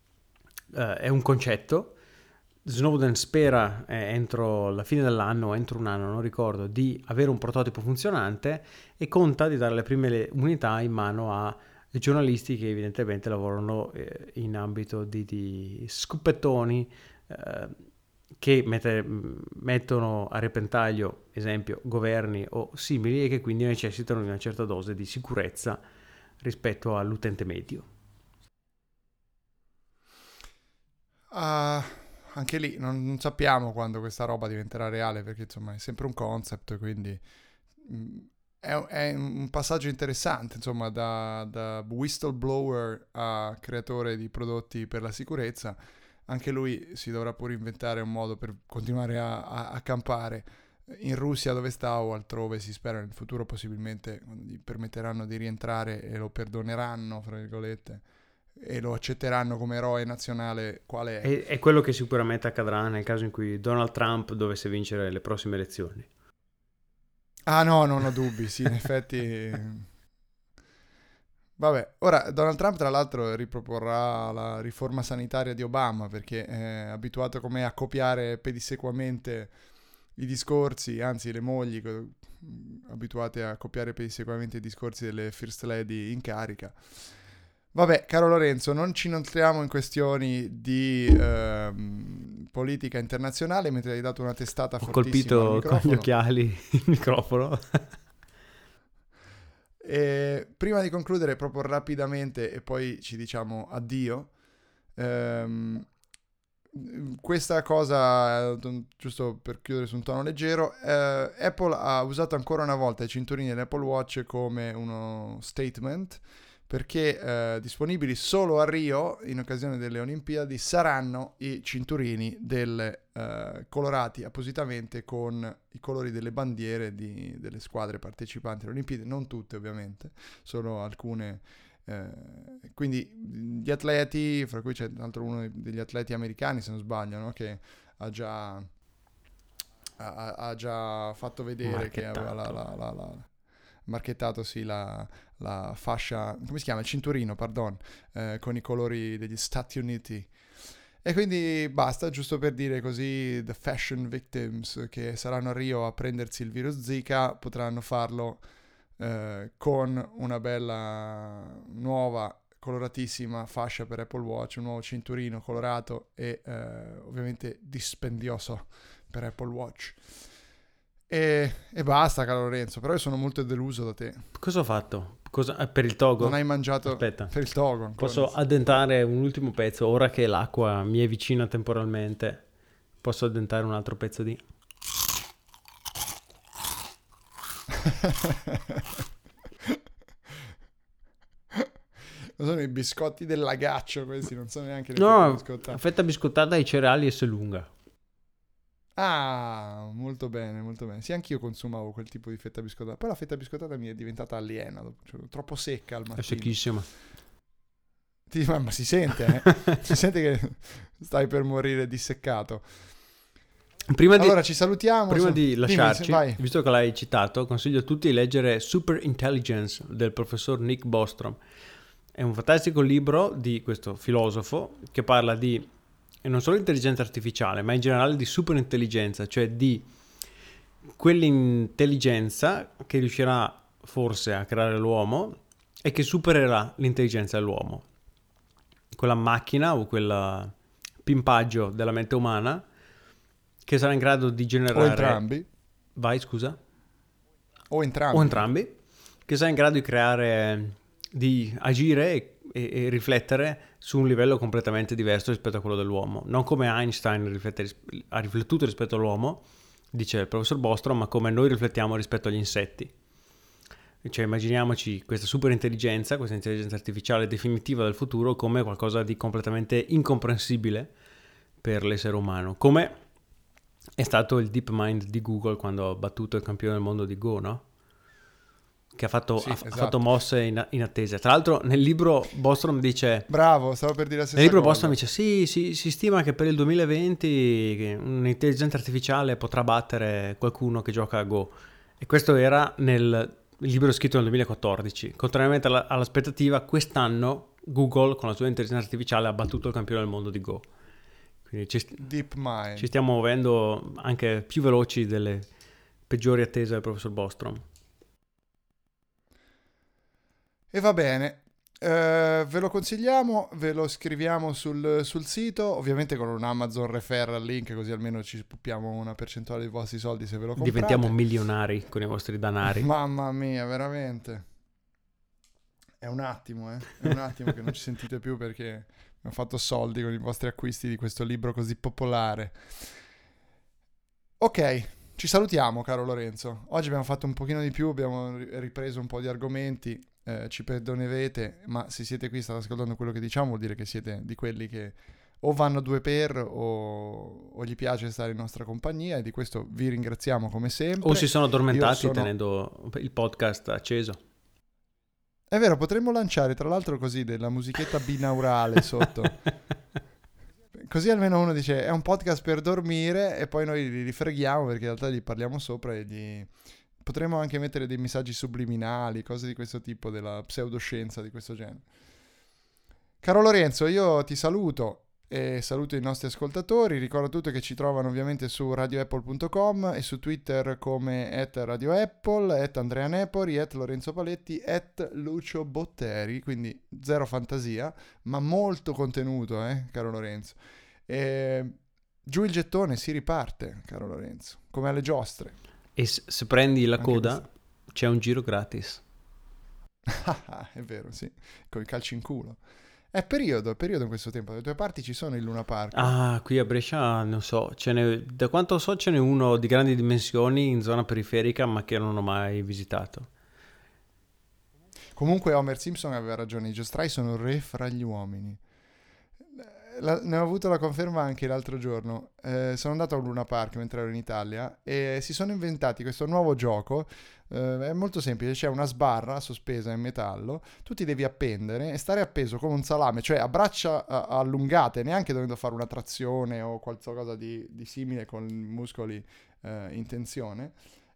eh, è un concetto. Snowden spera eh, entro la fine dell'anno, entro un anno, non ricordo, di avere un prototipo funzionante e conta di dare le prime le unità in mano a giornalisti che evidentemente lavorano eh, in ambito di, di scuppettoni eh, che mette, mettono a repentaglio, esempio, governi o simili, e che quindi necessitano di una certa dose di sicurezza rispetto all'utente medio. Uh, anche lì non, non sappiamo quando questa roba diventerà reale, perché insomma è sempre un concept, quindi mh, è, è un passaggio interessante, insomma, da, da whistleblower a creatore di prodotti per la sicurezza. Anche lui si dovrà pure inventare un modo per continuare a, a, a campare in Russia, dove sta, o altrove, si spera nel futuro, possibilmente quando gli permetteranno di rientrare e lo perdoneranno, fra virgolette, e lo accetteranno come eroe nazionale quale è. È, è quello che sicuramente accadrà nel caso in cui Donald Trump dovesse vincere le prossime elezioni. Ah no, non ho dubbi, sì, in effetti. Vabbè, ora Donald Trump tra l'altro riproporrà la riforma sanitaria di Obama, perché è abituato come a copiare pedissequamente i discorsi, anzi le mogli abituate a copiare pedissequamente i discorsi delle First Lady in carica. Vabbè, caro Lorenzo, non ci inoltriamo in questioni di ehm, politica internazionale, mentre hai dato una testata Ho fortissima al colpito con gli occhiali il microfono. E prima di concludere, proprio rapidamente, e poi ci diciamo addio, ehm, questa cosa, giusto per chiudere su un tono leggero, eh, Apple ha usato ancora una volta i cinturini dell'Apple Watch come uno statement, perché eh, disponibili solo a Rio in occasione delle Olimpiadi saranno i cinturini delle, eh, colorati appositamente con i colori delle bandiere di, delle squadre partecipanti alle Olimpiadi, non tutte ovviamente, solo alcune. Eh, quindi gli atleti, fra cui c'è tra l'altro uno degli atleti americani, se non sbaglio, no? Che ha già, ha, ha già fatto vedere che aveva la, la, la, la marchettatosi la, la fascia, come si chiama? Il cinturino, pardon, eh, con i colori degli Stati Uniti. E quindi basta, giusto per dire così, the fashion victims che saranno a Rio a prendersi il virus Zika potranno farlo eh, con una bella nuova coloratissima fascia per Apple Watch, un nuovo cinturino colorato e eh, ovviamente dispendioso per Apple Watch. E, e basta, caro Lorenzo, però io sono molto deluso da te. Cosa ho fatto? Cosa, eh, per il togo? Non hai mangiato Aspetta. per il togo ancora. Posso addentare un ultimo pezzo, ora che l'acqua mi è vicina temporalmente, posso addentare un altro pezzo di... Non sono i biscotti del lagaccio questi, non sono neanche le No, biscottate. fetta biscottata ai cereali e lunga. Ah, molto bene, molto bene. Sì, anch'io consumavo quel tipo di fetta biscottata. Poi la fetta biscottata mi è diventata aliena, dopo, cioè, troppo secca al mattino. È secchissima. Ti- ma, ma si sente, eh? Si sente che stai per morire disseccato. Prima di, Allora ci salutiamo. prima su- di Dimmi, lasciarci, vai. visto che l'hai citato, consiglio a tutti di leggere Super Intelligence del professor Nick Bostrom. È un fantastico libro di questo filosofo che parla di non solo intelligenza artificiale, ma in generale di superintelligenza, cioè di quell'intelligenza che riuscirà forse a creare l'uomo e che supererà l'intelligenza dell'uomo. Quella macchina o quel pimpaggio della mente umana che sarà in grado di generare... O entrambi. Vai, scusa? O entrambi. O entrambi, che sarà in grado di creare, di agire e, e, e riflettere su un livello completamente diverso rispetto a quello dell'uomo. Non come Einstein riflette, ha riflettuto rispetto all'uomo, dice il professor Bostrom, ma come noi riflettiamo rispetto agli insetti. Cioè immaginiamoci questa super intelligenza, questa intelligenza artificiale definitiva del futuro come qualcosa di completamente incomprensibile per l'essere umano, come è stato il DeepMind di Google quando ha battuto il campione del mondo di Go, no? Che ha fatto, Sì, ha, esatto. ha fatto mosse in, in attesa. Tra l'altro nel libro Bostrom dice... Bravo, stavo per dire la stessa Nel libro cosa. Bostrom dice sì, sì, si stima che per il duemilaventi che un'intelligenza artificiale potrà battere qualcuno che gioca a Go. E questo era nel libro scritto nel duemilaquattordici. Contrariamente alla, all'aspettativa, quest'anno Google con la sua intelligenza artificiale ha battuto il campione del mondo di Go. Quindi ci, DeepMind. ci stiamo muovendo anche più veloci delle peggiori attese del professor Bostrom. E va bene, eh, ve lo consigliamo, ve lo scriviamo sul, sul sito, ovviamente con un Amazon referral link, così almeno ci spuppiamo una percentuale dei vostri soldi se ve lo comprate. Diventiamo milionari con i vostri danari. Mamma mia, veramente. È un attimo, eh. È un attimo che non ci sentite più perché ho fatto soldi con i vostri acquisti di questo libro così popolare. Ok, ci salutiamo, caro Lorenzo. Oggi abbiamo fatto un pochino di più, abbiamo ripreso un po' di argomenti. Eh, ci perdonerete, ma se siete qui, state ascoltando quello che diciamo, vuol dire che siete di quelli che o vanno due per o, o gli piace stare in nostra compagnia, e di questo vi ringraziamo come sempre. O si sono addormentati sono... tenendo il podcast acceso. È vero, potremmo lanciare tra l'altro così della musichetta binaurale sotto. Così almeno uno dice è un podcast per dormire e poi noi li freghiamo perché in realtà gli parliamo sopra e gli... Potremmo anche mettere dei messaggi subliminali, cose di questo tipo, della pseudoscienza di questo genere. Caro Lorenzo, io ti saluto e saluto i nostri ascoltatori. Ricordo a tutti che ci trovano ovviamente su radio apple punto com e su Twitter come at radioapple, at Andrea Nepori, at Lorenzo Paletti, at Lucio Botteri, quindi zero fantasia, ma molto contenuto, eh, caro Lorenzo. E... Giù il gettone, si riparte, caro Lorenzo, come alle giostre. E se prendi la Anche coda questo. c'è un giro gratis. È vero, sì, con i calci in culo. È periodo, è periodo in questo tempo. Dalle tue parti ci sono il Luna Park. Ah, qui a Brescia non so, ce n'è, da quanto so ce n'è uno di grandi dimensioni in zona periferica ma che non ho mai visitato. Comunque Homer Simpson aveva ragione, i giostrai sono re fra gli uomini. La, ne ho avuto la conferma anche l'altro giorno. Eh, sono andato a un Luna Park mentre ero in Italia e si sono inventati questo nuovo gioco. Eh, è molto semplice, c'è una sbarra sospesa in metallo, tu ti devi appendere e stare appeso come un salame, cioè a braccia a, allungate, neanche dovendo fare una trazione o qualcosa di, di simile con i muscoli eh, in tensione.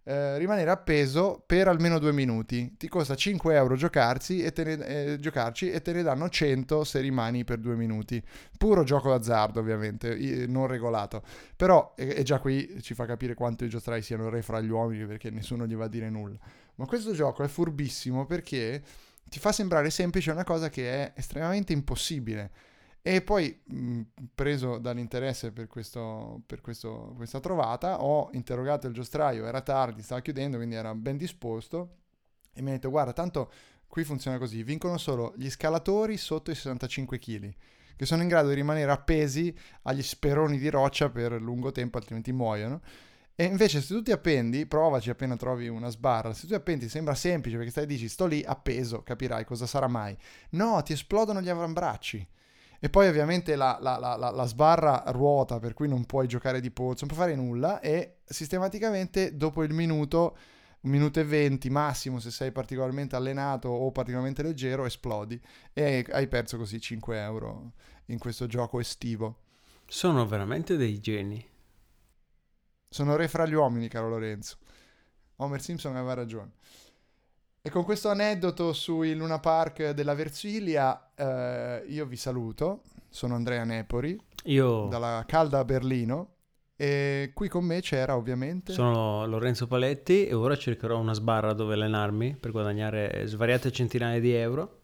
eh, rimanere appeso per almeno due minuti. Ti costa cinque euro giocarsi e te ne, eh, giocarci e te ne danno cento se rimani per due minuti. Puro gioco d'azzardo, ovviamente, non regolato. Però, e, e già qui ci fa capire quanto i giostrai siano re fra gli uomini, perché nessuno gli va a dire nulla. Ma questo gioco è furbissimo perché ti fa sembrare semplice una cosa che è estremamente impossibile. E poi, mh, preso dall'interesse per, questo, per questo, questa trovata, ho interrogato il giostraio, era tardi, stava chiudendo, quindi era ben disposto, e mi ha detto, guarda, tanto qui funziona così, vincono solo gli scalatori sotto i sessantacinque chili, che sono in grado di rimanere appesi agli speroni di roccia per lungo tempo, altrimenti muoiono. E invece se tu ti appendi, provaci appena trovi una sbarra, se tu ti appendi sembra semplice perché stai dici sto lì appeso, capirai cosa sarà mai. No, ti esplodono gli avambracci. E poi ovviamente la, la, la, la sbarra ruota, per cui non puoi giocare di polso, non puoi fare nulla, e sistematicamente dopo il minuto, un minuto e venti massimo, se sei particolarmente allenato o particolarmente leggero, esplodi e hai perso così cinque euro in questo gioco estivo. Sono veramente dei geni. Sono re fra gli uomini, caro Lorenzo. Homer Simpson aveva ragione. E con questo aneddoto sui Luna Park della Versilia eh, io vi saluto. Sono Andrea Nepori, Io dalla calda Berlino, e qui con me c'era ovviamente... sono Lorenzo Paletti e ora cercherò una sbarra dove allenarmi per guadagnare svariate centinaia di euro.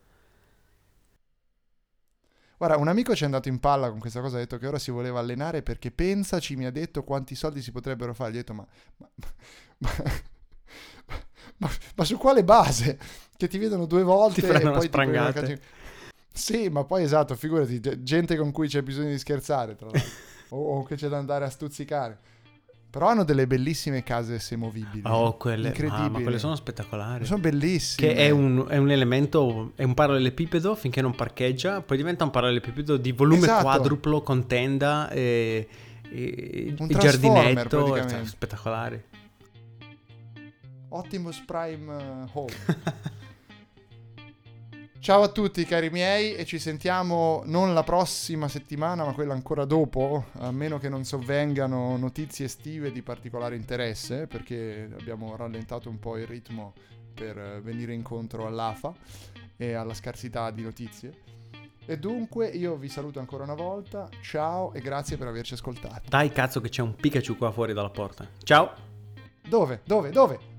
Guarda, un amico ci è andato in palla con questa cosa, ha detto che ora si voleva allenare perché pensaci, mi ha detto quanti soldi si potrebbero fare. Gli ho detto ma... ma, ma Ma, ma su quale base? Che ti vedono due volte Ti e prendono poi ti prendono sprangate. una caccia- Sì, ma poi esatto, figurati, ge- gente con cui c'è bisogno di scherzare, tra l'altro, o, o che c'è da andare a stuzzicare. Però hanno delle bellissime case semovibili. Oh, quelle, incredibili. ah, ma quelle sono spettacolari. Sono bellissime. Che è un, è un elemento, è un parallelepipedo finché non parcheggia, poi diventa un parallelepipedo di volume Esatto. quadruplo con tenda e, e, Un e Transformer, giardinetto, praticamente. spettacolari. Optimus Prime uh, Home. Ciao a tutti cari miei, e ci sentiamo non la prossima settimana ma quella ancora dopo, a meno che non sovvengano notizie estive di particolare interesse, perché abbiamo rallentato un po' il ritmo per venire incontro all'A F A e alla scarsità di notizie. E dunque io vi saluto ancora una volta, ciao e grazie per averci ascoltato. Dai cazzo che c'è un Pikachu qua fuori dalla porta. Ciao! Dove? Dove? Dove?